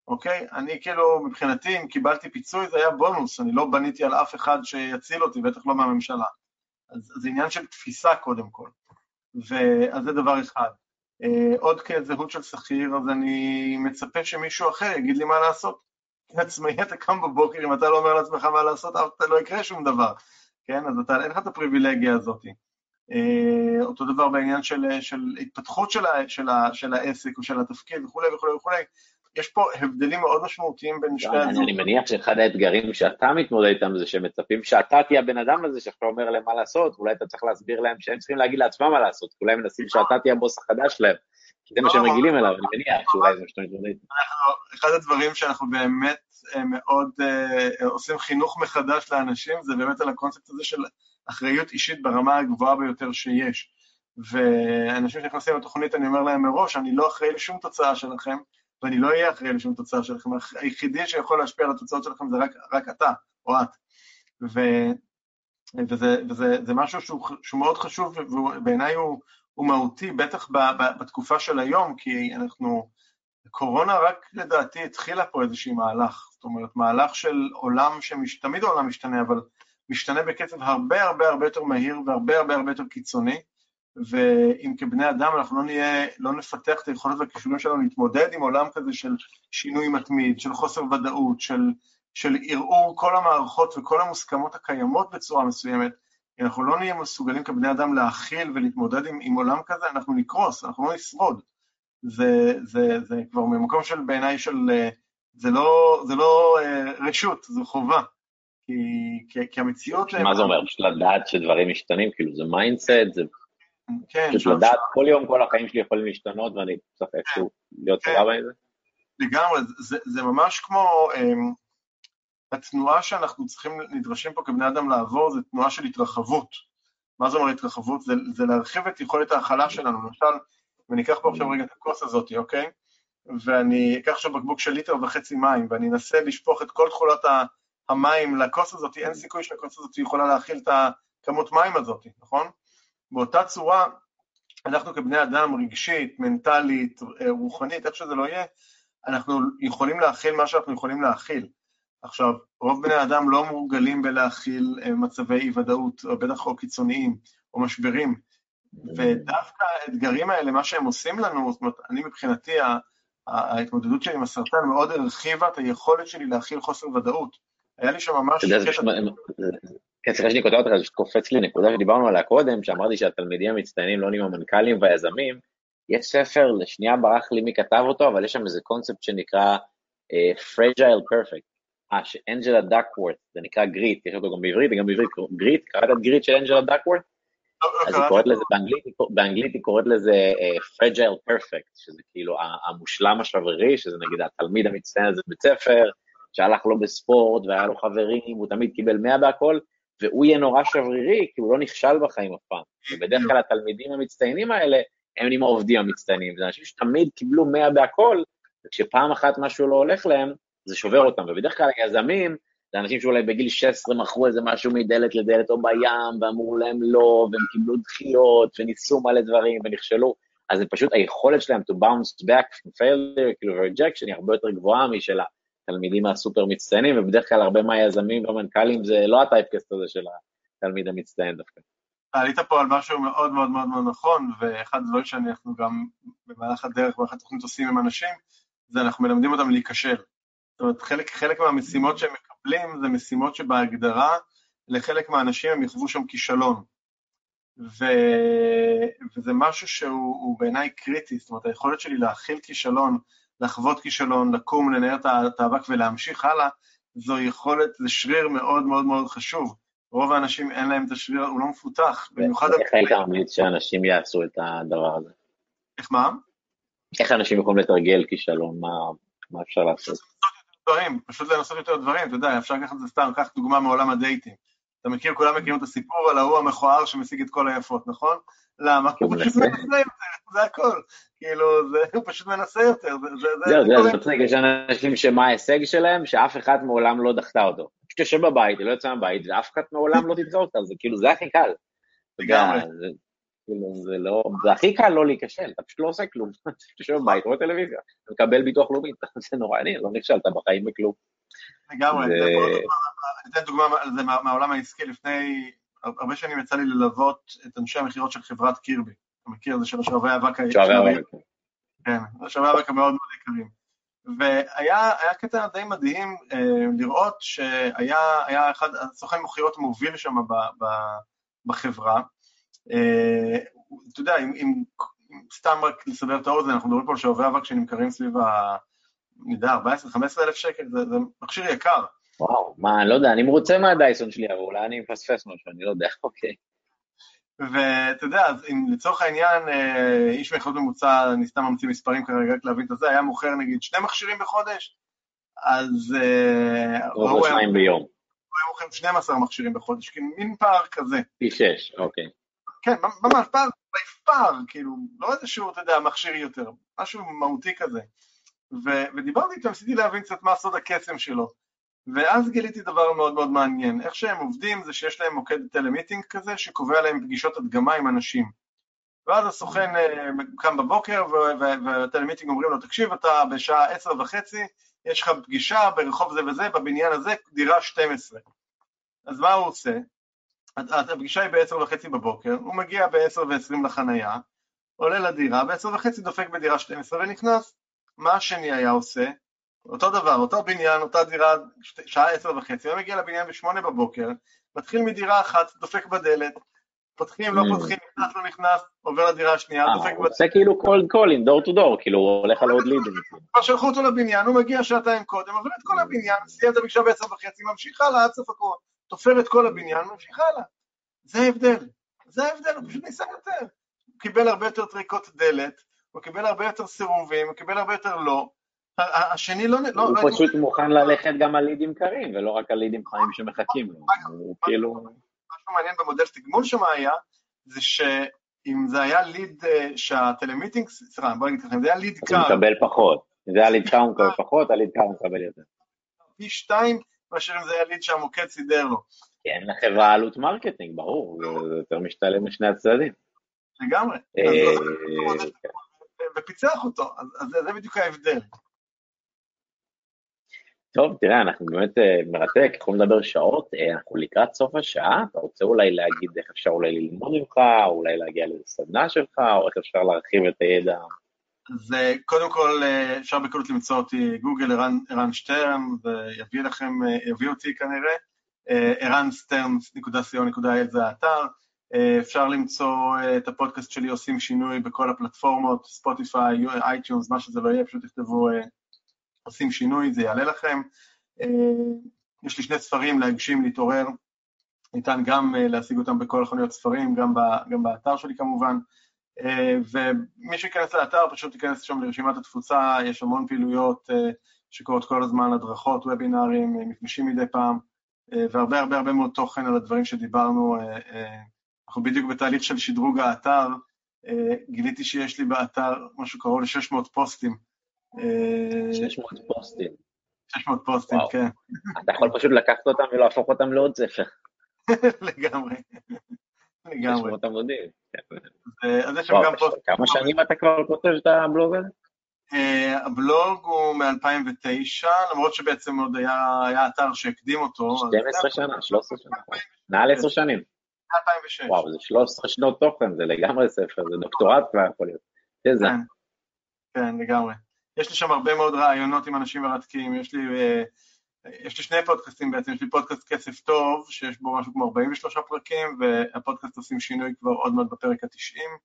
אוקיי? אני כאילו, מבחינתי, אם קיבלתי פיצוי, זה היה בונוס, אני לא בניתי על אף אחד שיציל אותי, בטח לא מהממשלה. אז זה עניין של תפיסה קודם כל, אז זה דבר אחד. עוד כזהות של שכיר, אז אני מצפה שמישהו אחר יגיד לי מה לעשות. עצמאי, אתה קם בבוקר, אם אתה לא אומר לעצמך מה לעשות, אתה לא יקרה שום דבר, כן? אז אין לך את הפריבילגיה הזאת. אותו דבר בעניין של התפתחות של העסק או של התפקיד וכולי וכולי וכולי. יש פה הבדלים מאוד משמעותיים בין שתי הזו. אני מניח שאחד האתגרים שאתה מתמודד איתם זה שמצפים שאתה תהיה הבן אדם הזה שאתה אומר להם מה לעשות, אולי אתה צריך להסביר להם שהם צריכים להגיד לעצמם מה לעשות, אולי הם מנסים שאתה תהיה הבוס החדש שלהם, כי זה מה שהם רגילים אליו, אני מניח שאולי זה מה שאתה מתמודד איתם. אחד הדברים שאנחנו באמת מאוד עושים חינוך מחדש לאנשים, זה באמת על הקונספט הזה של אחריות אישית ברמה הגבוהה ביותר שיש. ואנשים שנכנסים לתוכנית, אני אומר להם מראש, אני לא אחראי לשום תוצאה שלכם, ואני לא אהיה אחראי לשום תוצאה שלכם. היחידי שיכול להשפיע על התוצאות שלכם זה רק אתה או את. וזה משהו שהוא מאוד חשוב, ובעיניי הוא מהותי, בטח בתקופה של היום, כי קורונה רק לדעתי התחילה פה איזושהי מהלך, זאת אומרת, מהלך של עולם תמיד העולם משתנה, אבל משתנה בקצב הרבה הרבה הרבה יותר מהיר והרבה הרבה הרבה יותר קיצוני, ואם כבני אדם אנחנו לא נפתח את היכולות והכישורים שלנו להתמודד עם עולם כזה של שינוי מתמיד, של חוסר ודאות, של ערעור כל המערכות וכל המוסכמות הקיימות בצורה מסוימת, אם אנחנו לא נהיה מסוגלים כבני אדם להכיל ולהתמודד עם עולם כזה, אנחנו נקרוס, אנחנו לא נשרוד. זה כבר ממקום של בעיניי של, זה לא רשות, זו חובה. כי המציאות... מה זה אומר? פשוט לדעת שדברים משתנים, כאילו זה מיינדסט, זה פשוט לדעת כל יום כל החיים שלי יכולים להשתנות, ואני צריך איכשהו להיות סבבה עם זה? לגמרי, זה ממש כמו התנועה שאנחנו נדרשים פה כבני אדם לעבור, זה תנועה של התרחבות. מה זה אומר התרחבות? זה להרחיב את יכולת ההכלה שלנו, למשל, ואני אקח פה עכשיו רגע את הכוס הזאת, אוקיי? ואני אקח עכשיו בקבוק של 1.5 ליטר מים, ואני אנסה לשפוך את כל תכולת המים לכוס הזאת, אין סיכוי שהכוס הזאת יכולה להכיל את הכמות מים הזאת, נכון? באותה צורה, אנחנו כבני אדם רגשית, מנטלית, רוחנית, איך שזה לא יהיה, אנחנו יכולים להכיל מה שאנחנו יכולים להכיל. עכשיו, רוב בני אדם לא מורגלים בלהכיל מצבי אי-ודאות, או בטח או קיצוניים, או משברים, ודווקא האתגרים האלה, מה שהם עושים לנו, זאת אומרת, אני מבחינתי, ההתמודדות שלי עם הסרטן מאוד הרחיבה את היכולת שלי להכיל חוסר ודאות. היה לי שם ממש... כן, סליחה שאני כותב אותך, זה שקופץ לי נקודה שדיברנו עליה קודם, שאמרתי שהתלמידים המצטיינים לא נהיים המנכ"לים והיזמים, יש ספר, לשנייה ברח לי מי כתב אותו, אבל יש שם איזה קונספט שנקרא Fragile Perfect, שאנג'לה דקוורט, זה נקרא גריט, יש אותו גם בעברית, וגם בעברית גריט, קראת את גריט של אנג'לה דקוורט? אז היא קוראת לזה, באנגלית היא קוראת לזה Fragile Perfect, שזה כאילו המושלם השברירי, שזה נגיד התלמיד המצטיין הזה בבית ספר, שהלך לו בספורט והיה לו חברים, הוא תמיד קיבל 100 בהכל, והוא יהיה נורא שברירי, כי הוא לא נכשל בחיים אף פעם. ובדרך כלל התלמידים המצטיינים האלה, הם נהיים העובדים המצטיינים, זה אנשים שתמיד קיבלו 100 בהכל, וכשפעם אחת משהו לא הולך להם, זה שובר אותם. ובדרך כלל היזמים, זה אנשים שאולי בגיל 16 מכרו איזה משהו מדלת לדלת או בים, ואמרו להם לא, והם קיבלו דחיות, וניסו מלא דברים, ונכשלו. אז זה פשוט היכולת שלהם to bounce back from failure, כאילו rejection, היא הרבה יותר גבוהה משל התלמידים הסופר מצטיינים, ובדרך כלל הרבה מהיזמים והמנכ"לים זה לא הטייפקסט הזה של התלמיד המצטיין דווקא. עלית פה על משהו מאוד מאוד מאוד מאוד נכון, ואחד הדברים שאנחנו גם במהלך הדרך, במהלך התוכנית עושים עם אנשים, זה אנחנו מלמדים אותם להיכשל. זאת אומרת, חלק מהמשימות שהם מקבלים, זה משימות שבהגדרה, לחלק מהאנשים הם יחוו שם כישלון. וזה משהו שהוא בעיניי קריטי, זאת אומרת, היכולת שלי להכיל כישלון, לחוות כישלון, לקום, לנהל את האבק ולהמשיך הלאה, זו יכולת, זה שריר מאוד מאוד מאוד חשוב. רוב האנשים אין להם את השריר, הוא לא מפותח. איך היית ממליץ שאנשים יעשו את הדבר הזה? איך מה? איך אנשים יכולים לתרגל כישלון? מה אפשר לעשות? פשוט לנסות יותר דברים, אתה יודע, אפשר לקחת את זה סתם, קח דוגמה מעולם הדייטים. אתה מכיר, כולם מכירים את הסיפור על ההוא המכוער שמשיג את כל היפות, נכון? למה? כי הוא פשוט מנסה יותר, זה הכל. כאילו, הוא פשוט מנסה יותר. זה מצחיק, יש אנשים שמה ההישג שלהם, שאף אחד מעולם לא דחתה אותו. פשוט יושב בבית, היא לא יוצאה מהבית, ואף אחד מעולם לא תמצא אותה, זה כאילו, זה הכי קל. כאילו, זה לא, זה הכי קל לא להיכשל, אתה פשוט לא עושה כלום, אתה יושב בבית, רואה טלוויזיה, אתה מקבל ביטוח לאומי, זה נורא עניין, לא נכשלת בחיים בכלום. לגמרי, זה... אני אתן דוגמה על זה מהעולם העסקי. לפני הרבה שנים יצא לי ללוות את אנשי המכירות של חברת קירבי. אתה מכיר, זה של שואבי האבק, שואבי האבק. כן, שואבי האבק המאוד מאוד יקרים. והיה קטע די מדהים לראות שהיה אחד, הסוכן מכירות מוביל שם בחברה. אתה יודע, אם סתם רק לסבר את האוזן, אנחנו מדברים פה על שואבי האבק שנמכרים סביב אני יודע, 14-15 אלף שקל, זה מכשיר יקר. וואו, מה, אני לא יודע, אני מרוצה מהדייסון שלי, אבל אולי אני מפספס משהו, אני לא יודע, אוקיי. ואתה יודע, אז אם לצורך העניין, איש מכירות ממוצע, אני סתם ממציא מספרים כרגע, רק להבין את זה, היה מוכר נגיד 2 מכשירים בחודש, אז או 2 ביום. הוא היה מוכר 12 מכשירים בחודש, כאילו מין פער כזה. פי 6, אוקיי. כן, ממש פער, כאילו, לא איזשהו, אתה יודע, מכשיר יותר, משהו מהותי כזה. ודיברתי איתם, ניסיתי להבין קצת מה סוד הקסם שלו. ואז גיליתי דבר מאוד מאוד מעניין. איך שהם עובדים זה שיש להם מוקד טלמיטינג כזה, שקובע להם פגישות הדגמה עם אנשים. ואז הסוכן קם בבוקר, והטלמיטינג אומרים לו, תקשיב, אתה בשעה 10:30, יש לך פגישה ברחוב זה וזה, בבניין הזה, דירה 12. אז מה הוא עושה? הפגישה היא ב-10:30 בבוקר, הוא מגיע ב-10:20 לחנייה, עולה לדירה, ב-10:30 דופק בדירה 12 ונכנס. מה השני היה עושה? אותו דבר, אותו בניין, אותה דירה, שעה 10:30, הוא מגיע לבניין ב-8 בבוקר, מתחיל מדירה אחת, דופק בדלת, פותחים, לא פותחים, נכנס, לא נכנס, עובר לדירה השנייה, דופק בדלת. הוא עושה כאילו cold calling, door to door, כאילו הוא הולך על עוד לידים. כבר שלחו אותו לבניין, הוא מגיע שעתיים קודם, עובר את כל הבניין, סיים את הפגישה ב-10:30, ממשיך הלאה עד סוף הכל, תופר את כל הבניין, ממשיך הלאה. זה ההבדל, הוא פשוט ניסה יותר. הוא קיבל הרבה יותר טריקות דלת, הוא קיבל הרבה יותר סירובים, הוא קיבל הרבה יותר לא. השני לא... הוא פשוט מוכן ללכת גם על לידים קרים, ולא רק על לידים חיים שמחכים לו. הוא כאילו... משהו מעניין במודל תגמול שם היה, זה שאם זה היה ליד שהטלמיטינג, סליחה, בוא נגיד ככה, אם זה היה ליד קר... הוא מקבל פחות. אם זה היה ליד קר הוא מקבל פחות, הליד קר הוא מקבל יותר. פי 2, מאשר אם זה היה ליד שהמוקד סידר לו. כן, לחברה עלות מרקטינג, ברור, זה יותר משתלם משני הצדדים. לגמרי. ופיצח אותו, אז זה בדיוק ההבדל. טוב, תראה, אנחנו באמת מרתק, יכולים לדבר שעות, אנחנו לקראת סוף השעה, אתה רוצה אולי להגיד איך אפשר אולי ללמוד ממך, או אולי להגיע לסדנה שלך, או איך אפשר להרחיב את הידע? אז קודם כל, אפשר בקלות למצוא אותי, גוגל ערן שטרן, ויביא אותי כנראה, ערנסטרן.co.il זה האתר, אפשר למצוא את הפודקאסט שלי עושים שינוי בכל הפלטפורמות, ספוטיפיי, אייטיונס, מה שזה לא יהיה, פשוט תכתבו עושים שינוי, זה יעלה לכם. יש לי 2 ספרים, להגשים, להתעורר, ניתן גם להשיג אותם בכל חנויות ספרים, גם באתר שלי כמובן, ומי שיכנס לאתר פשוט ייכנס שם לרשימת התפוצה, יש המון פעילויות שקורות כל הזמן, הדרכות, וובינרים, מפגשים מדי פעם, והרבה הרבה הרבה מאוד תוכן על הדברים שדיברנו. אנחנו בדיוק בתהליך של שדרוג האתר, גיליתי שיש לי באתר משהו קרוב ל-600 פוסטים. 600 פוסטים. 600 פוסטים, כן. אתה יכול פשוט לקחת אותם ולהפוך אותם לעוד ספר. לגמרי. 600 עמודים. אז יש שם גם פוסטים. כמה שנים אתה כבר כותב את הבלוג הזה? הבלוג הוא מ-2009, למרות שבעצם עוד היה אתר שהקדים אותו. 12 שנה, 13 שנה. מעל 10 שנים. 2006. וואו, זה 13 שנות תוכן, זה לגמרי ספר, זה דוקטורט כבר יכול להיות. תזה. כן, לגמרי. יש לי שם הרבה מאוד רעיונות עם אנשים מרתקים, יש לי 2 פודקאסטים בעצם, יש לי פודקאסט כסף טוב, שיש בו משהו כמו 43 פרקים, והפודקאסט עושים שינוי כבר עוד מעט בפרק ה-90,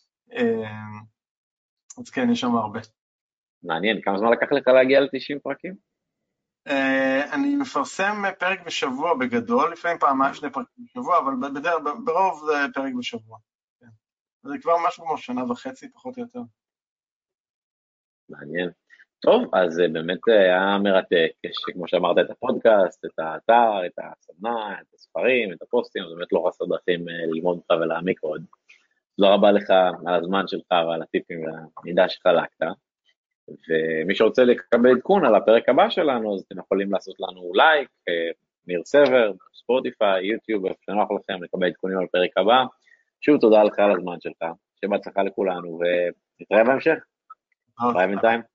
אז כן, יש שם הרבה. מעניין, כמה זמן לקח לך להגיע ל-90 פרקים? אני מפרסם פרק בשבוע בגדול, לפעמים פעמיים 2 פרקים בשבוע, אבל ברוב זה פרק בשבוע. זה כבר משהו כמו 1.5 שנה, פחות או יותר. מעניין. טוב, אז באמת היה מרתק, כמו שאמרת, את הפודקאסט, את האתר, את הסדנה, את הספרים, את הפוסטים, זה באמת לא חסר דרכים ללמוד לך ולהעמיק עוד. תודה רבה לך על הזמן שלך ועל הטיפים והמידע שחלקת, ומי שרוצה לקבל עדכון על הפרק הבא שלנו, אז אתם יכולים לעשות לנו לייק, ניר סבר, ספוטיפיי, יוטיוב, איפה שנוח לכם לקבל עדכונים על הפרק הבא, שוב תודה לך על הזמן שלך, שיהיה בהצלחה לכולנו, ונתראה בהמשך. ביי בינתיים.